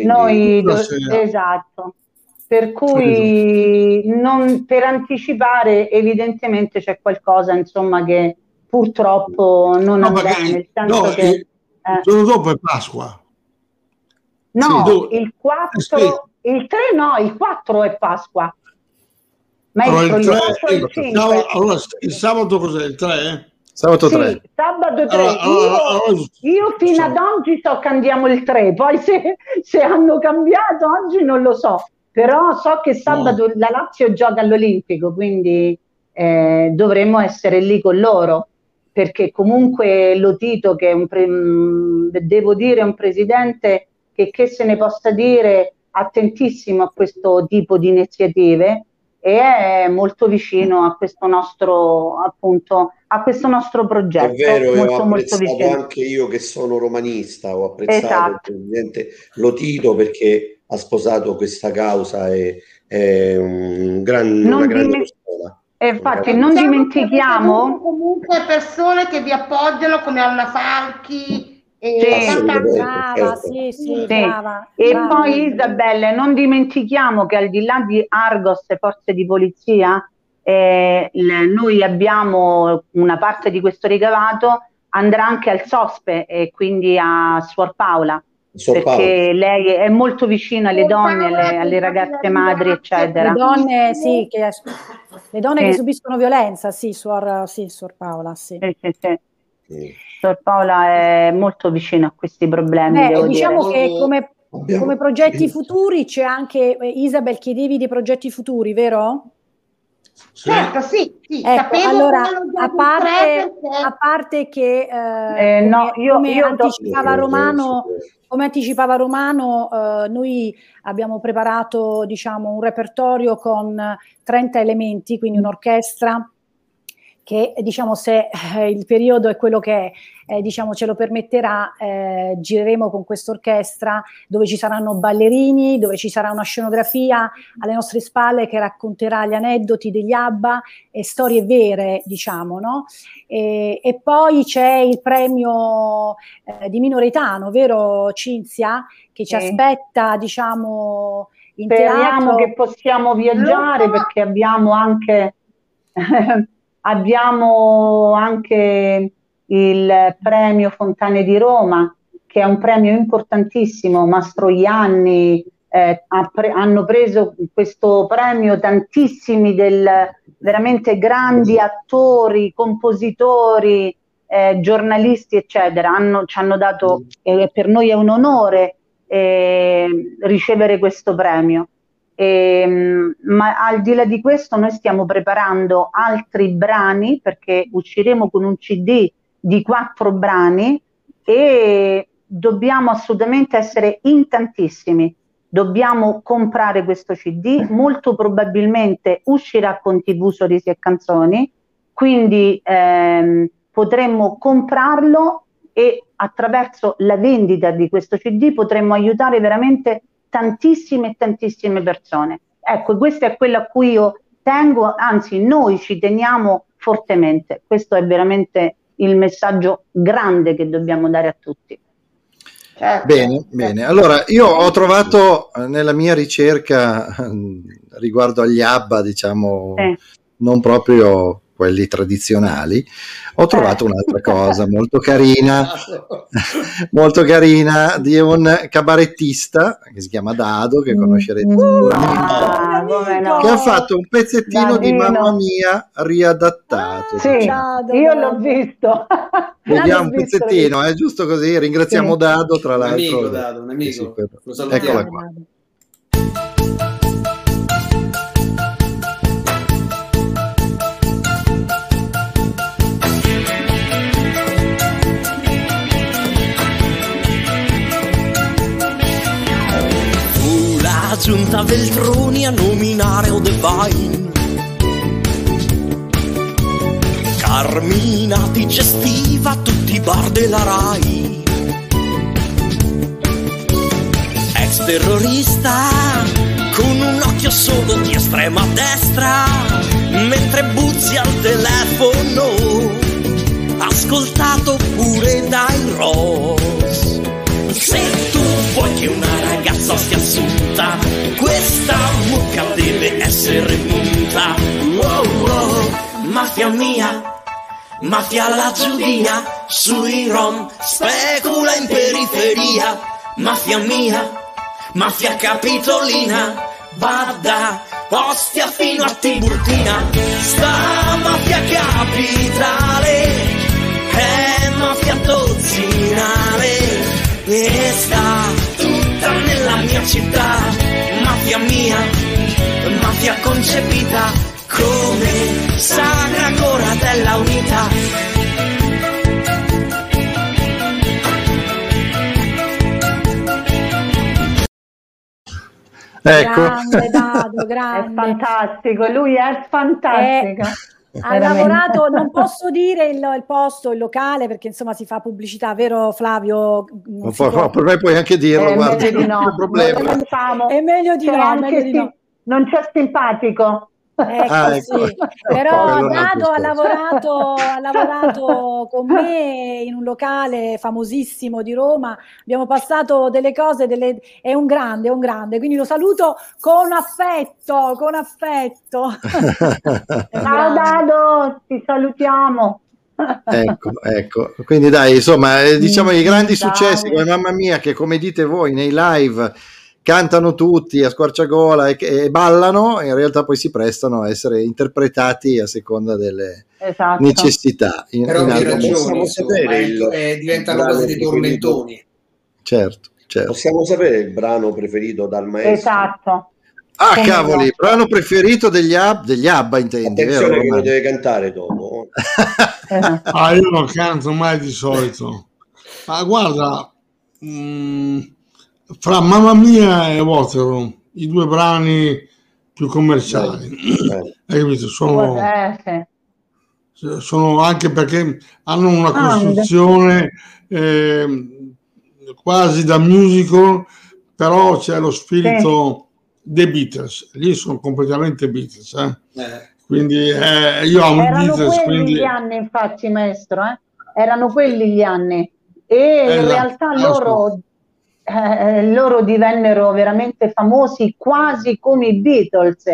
Esatto. Per cui per anticipare evidentemente c'è qualcosa insomma che purtroppo non andrà, nel senso che il giorno dopo è Pasqua. No, il 4, il 3 no, il 4 è Pasqua. Ma allora, il 4 e il 5. Allora, il sabato cos'è? Il 3? Sabato 3. Sabato 3. Io fino ad oggi so che andiamo il 3, poi se hanno cambiato oggi non lo so, però so che sabato la Lazio gioca all'Olimpico, quindi dovremmo essere lì con loro, perché comunque Lotito, che è devo dire è un presidente che se ne possa dire attentissimo a questo tipo di iniziative e è molto vicino a questo nostro, appunto, a questo nostro progetto. È vero, molto, ho apprezzato molto vicino. anche io che sono romanista, ho apprezzato il presidente Lotito perché ha sposato questa causa e è una grande persona. Infatti non dimentichiamo comunque persone che vi appoggiano come Anna Falchi. Brava. E poi Isabelle, non dimentichiamo che al di là di Argos e forze di polizia, noi abbiamo una parte di questo ricavato andrà anche al SOSPE e quindi a Suor Paola, perché lei è molto vicina alle donne, alle ragazze madri, eccetera. Le donne, le donne che subiscono violenza, Suor Paola, Suor Paola è molto vicina a questi problemi. Diciamo che come progetti futuri c'è anche, Isabel, chiedevi dei progetti futuri, vero? Certo, sì. Ecco, allora, a parte che come anticipava Romano, noi abbiamo preparato, diciamo, un repertorio con 30 elementi, quindi un'orchestra che, diciamo, se il periodo è quello che è, diciamo, ce lo permetterà, gireremo con questa orchestra dove ci saranno ballerini, dove ci sarà una scenografia alle nostre spalle che racconterà gli aneddoti degli ABBA e storie vere, diciamo, no? E poi c'è il premio di Minoretano, vero Cinzia? Che ci aspetta, diciamo, in Speriamo teatro. che possiamo viaggiare perché abbiamo anche... Abbiamo anche il premio Fontane di Roma, che è un premio importantissimo. Mastroianni hanno preso questo premio tantissimi veramente grandi attori, compositori, giornalisti, eccetera. Ci hanno dato, per noi è un onore ricevere questo premio. Ma al di là di questo noi stiamo preparando altri brani, perché usciremo con un CD di 4 brani e dobbiamo assolutamente essere in tantissimi. Dobbiamo comprare questo CD, molto probabilmente uscirà con TV Sorrisi e Canzoni, quindi potremmo comprarlo e attraverso la vendita di questo CD potremmo aiutare veramente tantissime e tantissime persone. Ecco, questo è quello a cui io tengo, anzi noi ci teniamo fortemente. Questo è veramente il messaggio grande che dobbiamo dare a tutti. Certo. Bene, bene. Allora, io ho trovato nella mia ricerca riguardo agli ABBA, diciamo, non proprio quelli tradizionali, ho trovato un'altra cosa molto carina di un cabarettista che si chiama Dado, che conoscerete sicuramente, che ha fatto un pezzettino di Mamma Mia riadattato. Sì, diciamo. Io l'ho visto. Vediamo un pezzettino, è giusto così. Ringraziamo Dado, tra l'altro. Un amico. Eccola qua. Giunta Veltroni a nominare O'Devine, Carmina ti gestiva tutti i bar della Rai, ex terrorista con un occhio solo di estrema destra, mentre buzzi al telefono, ascoltato pure dai Ross. Se tu vuoi che una ragazza sia assunta, questa mucca deve essere munta. Wow, wow. Mafia mia, mafia la giudina, sui rom specula in periferia. Mafia mia, mafia capitolina, va da Ostia fino a Tiburtina. Sta mafia capitale è mafia dozzinale e sta tutta nella mia città. Mafia mia, mafia concepita come Sacra Coratella Unita. Ecco. Grande Dado, grande. È fantastico, lui è fantastico. Ha lavorato, non posso dire il posto, il locale, perché insomma si fa pubblicità, vero Flavio? Per me puoi anche dirlo, guarda, meglio di no. È meglio di no, meglio di no. Non c'è simpatico. Ecco, sì. Però Dado ha lavorato con me in un locale famosissimo di Roma, abbiamo passato delle cose, è un grande, quindi lo saluto con affetto. Ciao Dado, ti salutiamo. Ecco, quindi dai, insomma, diciamo i grandi successi come Mamma Mia, che come dite voi nei live cantano tutti a squarciagola e ballano, in realtà poi si prestano a essere interpretati a seconda delle necessità. Però hai ragione, diventano quasi dei tormentoni. Certo. Possiamo sapere il brano preferito dal maestro? Esatto. Ah, cavoli, brano preferito degli ABBA, intendi? Attenzione, vero? Che lo deve cantare dopo. Io non canto mai di solito. Ma guarda, fra Mamma Mia e Waterloo, i due brani più commerciali. Hai capito? Sono anche perché hanno una costruzione quasi da musical, però c'è lo spirito dei Beatles. Lì sono completamente Beatles. Quindi io amo i Beatles. Quindi gli anni, infatti, maestro, erano quelli gli anni. E in realtà loro divennero veramente famosi quasi come i Beatles.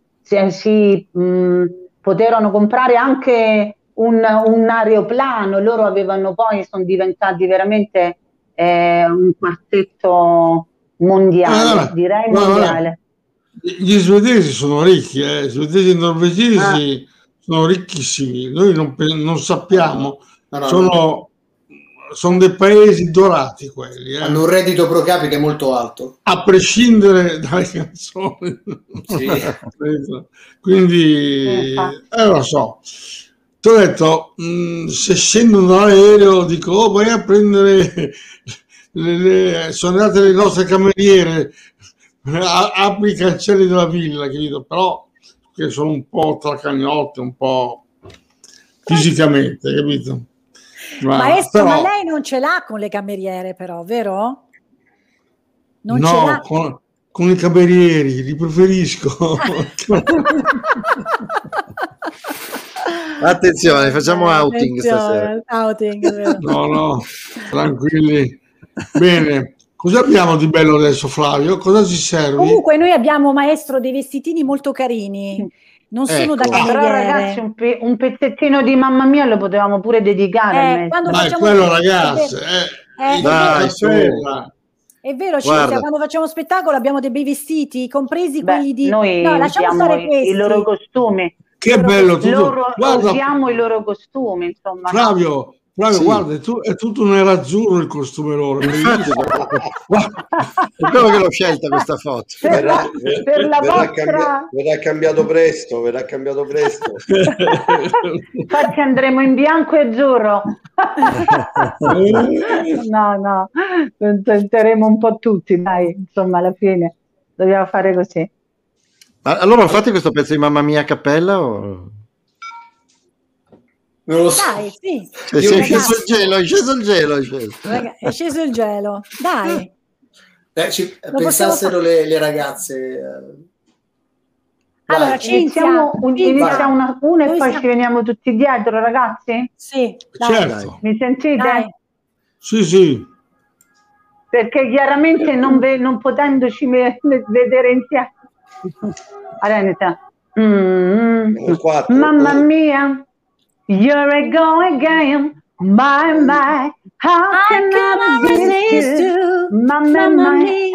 Poterono comprare anche un aeroplano, loro sono diventati veramente un quartetto mondiale, direi mondiale. Gli svedesi sono ricchi, gli svedesi e norvegesi sono ricchissimi, noi non sappiamo, sono sono dei paesi dorati quelli. Hanno un reddito pro capite molto alto. A prescindere dalle canzoni. Sì. Quindi, lo so. Ti ho detto, se scendo dall'aereo, dico, vai a prendere, sono andate le nostre cameriere, apri i cancelli della villa, capito? Però, che sono un po' tracagnotte, un po' fisicamente, capito? Maestro, ma lei non ce l'ha con le cameriere, però, vero? Non ce l'ha. Con i camerieri, li preferisco. Attenzione, facciamo outing stasera. Outing, no, tranquilli. Bene, cosa abbiamo di bello adesso, Flavio? Cosa ci serve? Comunque noi abbiamo, maestro, dei vestitini molto carini. Non sono da cameriere. Però ragazzi, un pezzettino di Mamma Mia lo potevamo pure dedicare. Dai, quello ragazzi. Dai, su. È vero, Cinzia, quando facciamo spettacolo abbiamo dei bei vestiti, compresi quelli di... Noi lasciamo stare questi. I loro costumi. Che bello, tutto. Usiamo i loro costumi, insomma. Flavio, sì. Guarda, è tutto nerazzurro il costume loro. È quello che l'ho scelta questa foto. Verrà cambiato presto. Infatti andremo in bianco e azzurro. No, tenteremo un po' tutti, dai, insomma, alla fine dobbiamo fare così. Allora fate questo pezzo di Mamma Mia a cappella o... Non lo so. Dai, sì. È sceso il gelo. È sceso il gelo. Dai. Pensassero le ragazze. Allora, iniziamo una e poi ci veniamo tutti dietro, ragazzi? Sì. Certo. Mi sentite? Dai. Sì. Perché chiaramente non potendoci vedere insieme. Arenita. Mamma mia. You're a go again, my, how can I resist you? Mamma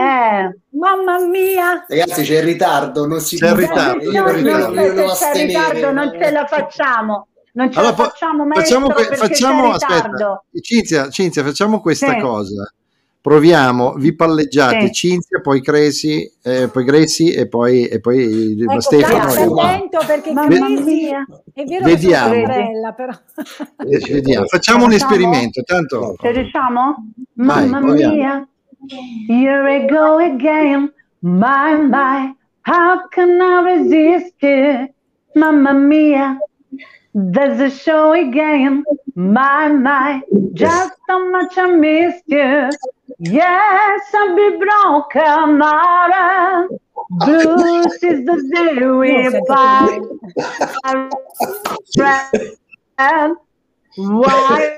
mia. Ragazzi, c'è il ritardo, non si può. C'è ritardo, non ce la facciamo. Non ce la facciamo, maestro, aspetta, Cinzia, facciamo questa cosa. Proviamo, vi palleggiate, Cinzia, poi Gracie e poi Stefano. Attento perché Gracie è vero, vediamo. Che bella, però. Vediamo. Facciamo un esperimento, tanto. Ci riusciamo? Mamma mia, here I go again, my, how can I resist it? Mamma mia, there's a show again, my, just how much I missed you. Yes, I'll be broken hearted. Blues is the day we part. Why?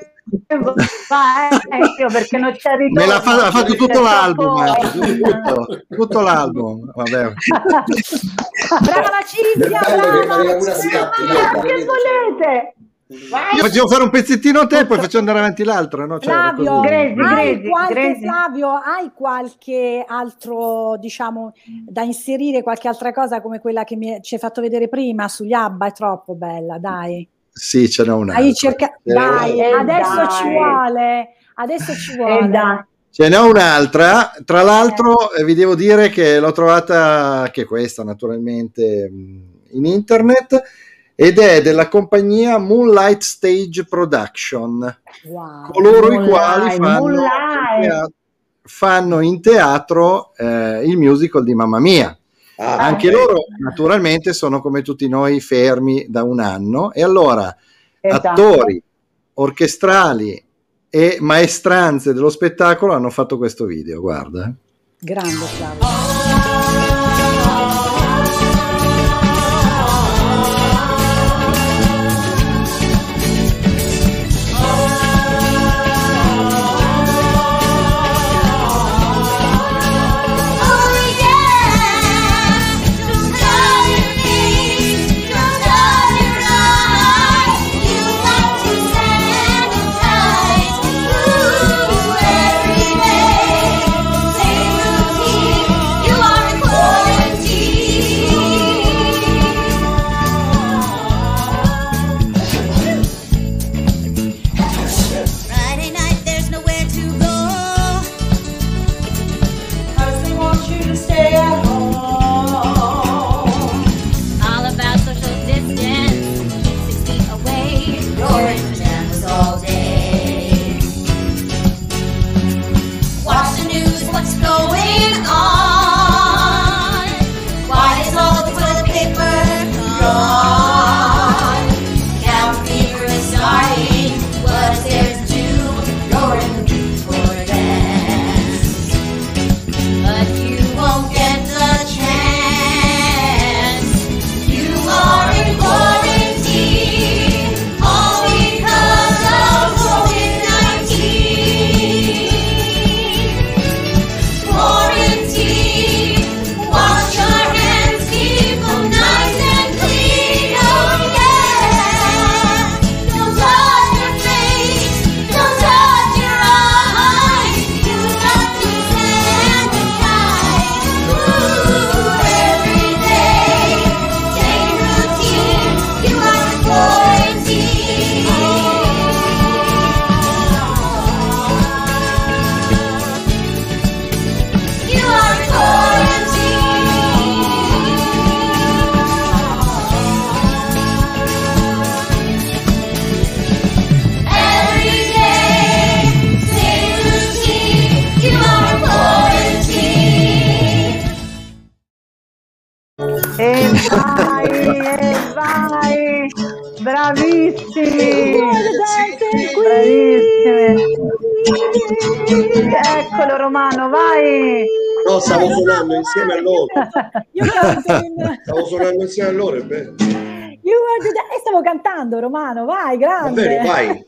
Perché non c'è ritorno. Me l'ha fatto tutto l'album, tutto l'album. Vabbè. Brava la Cinzia, che volete? Io facevo fare un pezzettino a te, poi faccio andare avanti l'altro, no? Flavio, Grazie. Flavio, hai qualche altro, diciamo, da inserire, qualche altra cosa come quella che ci hai fatto vedere prima sugli ABBA? È troppo bella, dai. Sì, ce n'è una. Dai, adesso ci vuole. Ce n'è un'altra, tra l'altro vi devo dire che l'ho trovata anche questa naturalmente in internet ed è della compagnia Moonlight Stage Production, coloro i quali fanno in teatro il musical di Mamma Mia. Anche loro naturalmente sono come tutti noi fermi da un anno e allora attori, orchestrali e maestranze dello spettacolo hanno fatto questo video, guarda. Grande Flavio. You are Bravissimi! Bravissimi! Eccolo Romano, vai! No, stavo suonando insieme a loro. Stavo suonando insieme a loro, è bello. E stavo cantando, Romano, vai, grande. Va bene, vai.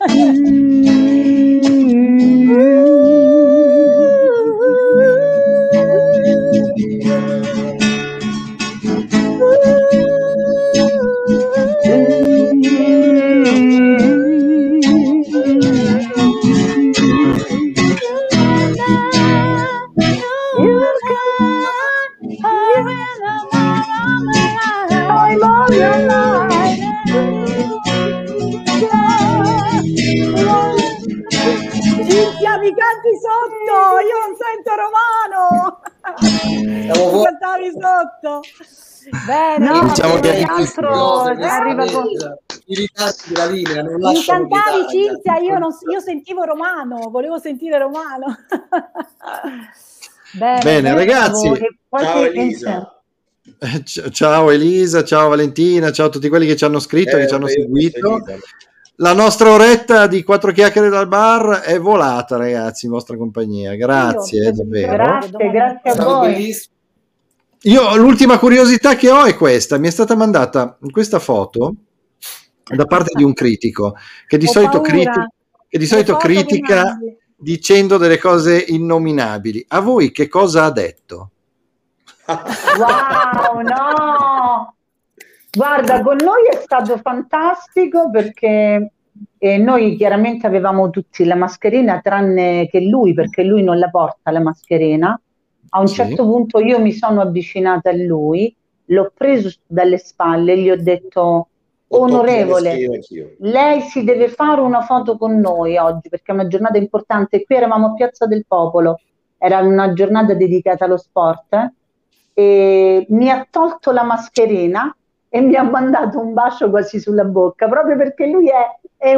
Cinzia, mi canti sotto, io non sento Romano. Mi cantavi sotto. Bene, no, diciamo che altro arriva con i ritardi della linea, non mi lasciano cantavi l'Italia. Cinzia, io sentivo Romano, volevo sentire Romano. Bene, ragazzi. Ciao Elisa. Ciao Elisa, ciao Valentina, ciao a tutti quelli che ci hanno scritto, che ci hanno seguito. Elisa. La nostra oretta di 4 chiacchiere dal bar è volata, ragazzi, in vostra compagnia. Grazie, davvero. Grazie a voi. Io l'ultima curiosità che ho è questa: mi è stata mandata questa foto da parte di un critico che di solito critica dicendo delle cose innominabili. A voi che cosa ha detto? Wow, no! Guarda, con noi è stato fantastico perché noi chiaramente avevamo tutti la mascherina tranne che lui, perché lui non la porta la mascherina. A un certo punto io mi sono avvicinata a lui, l'ho preso dalle spalle e gli ho detto: onorevole, lei si deve fare una foto con noi oggi perché è una giornata importante. Qui eravamo a Piazza del Popolo, era una giornata dedicata allo sport, e mi ha tolto la mascherina e mi ha mandato un bacio quasi sulla bocca, proprio perché lui è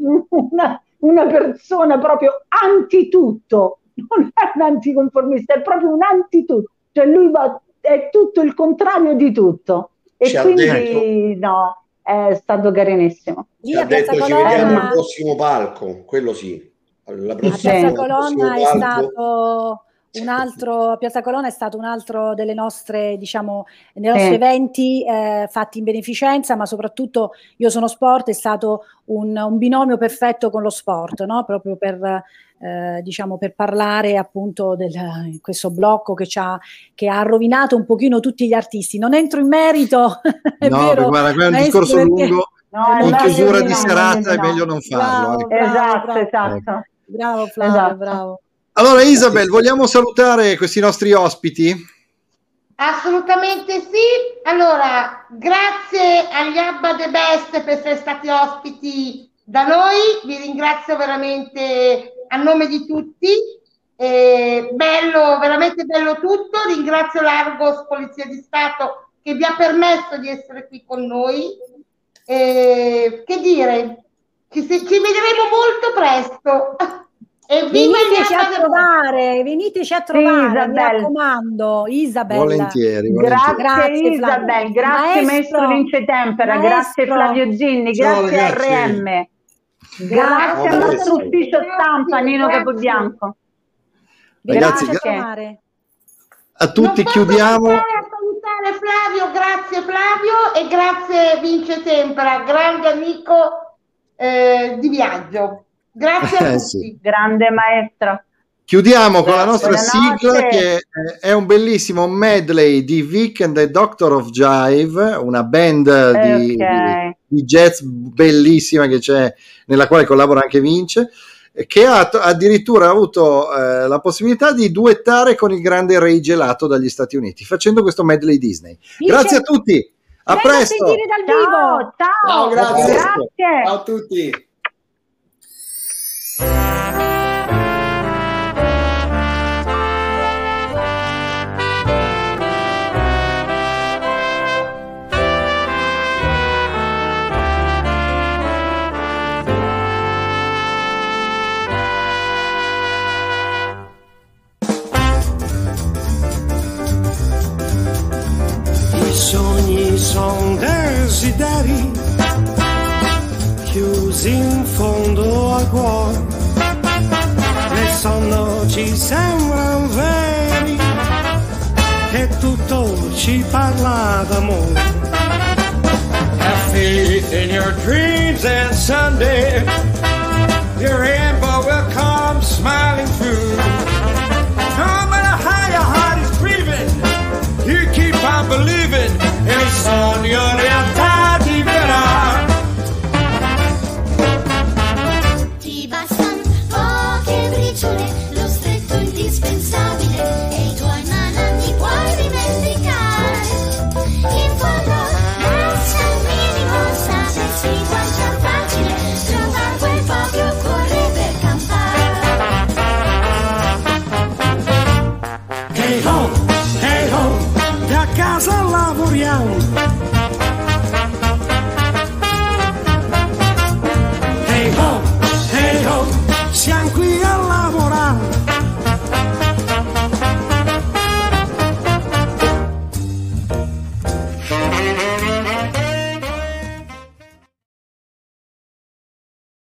una persona proprio anti-tutto, non è un anticonformista, è proprio un anti-tutto, cioè lui è tutto il contrario di tutto, e quindi no, è stato carinissimo. Ci ha detto ci vediamo al prossimo palco, quello sì. A Piazza Colonna è stato Piazza Colonna è stato un altro delle nostre, diciamo, dei nostri eventi fatti in beneficenza, ma soprattutto Io Sono Sport è stato un binomio perfetto con lo sport, no? Proprio per diciamo, per parlare appunto di questo blocco che ha rovinato un pochino tutti gli artisti. Non entro in merito, è vero, guarda, è un discorso lungo, in chiusura di serata è meglio non farlo. Esatto. Bravo Flavio, bravo. Allora Isabel, vogliamo salutare questi nostri ospiti? Assolutamente sì. Allora, grazie agli Abba The Best per essere stati ospiti da noi, vi ringrazio veramente a nome di tutti. Bello, veramente bello tutto. Ringrazio l'Argos Polizia di Stato che vi ha permesso di essere qui con noi. Che dire, ci vedremo molto presto. E veniteci a trovare, mi raccomando, Isabel. Volentieri. Grazie Isabel, grazie maestro Vince Tempera, grazie Flavio Ginni, grazie RM, grazie al nostro ufficio stampa Nino Capobianco. Ragazzi, a tutti chiudiamo. Salutare Flavio, grazie Flavio, e grazie Vince Tempera, grande amico di viaggio. Grazie a tutti. Grande maestro. Chiudiamo con la nostra sigla, che è un bellissimo medley di Vic and the Doctor of Jive, una band di jazz bellissima che c'è, nella quale collabora anche Vince, che ha addirittura avuto la possibilità di duettare con il grande Ray Gelato dagli Stati Uniti, facendo questo medley Disney. Grazie a tutti, a presto. Ciao, grazie. Ciao a tutti. I sogni son desideri sogni sembrano veri, che tutto ci parla d'amore. Have faith in your dreams and someday your rainbow will come smiling through. No matter how your heart is grieving, you keep on believing in a sogno realtà diverrà. Ti bastano poche briciole, lo stretto indispensabile, e i tuoi malanni puoi dimenticare. In fondo basta il minimo, sapessi quanto è facile trovare quel po' che occorre per campare. Hey ho, da casa lavoriamo,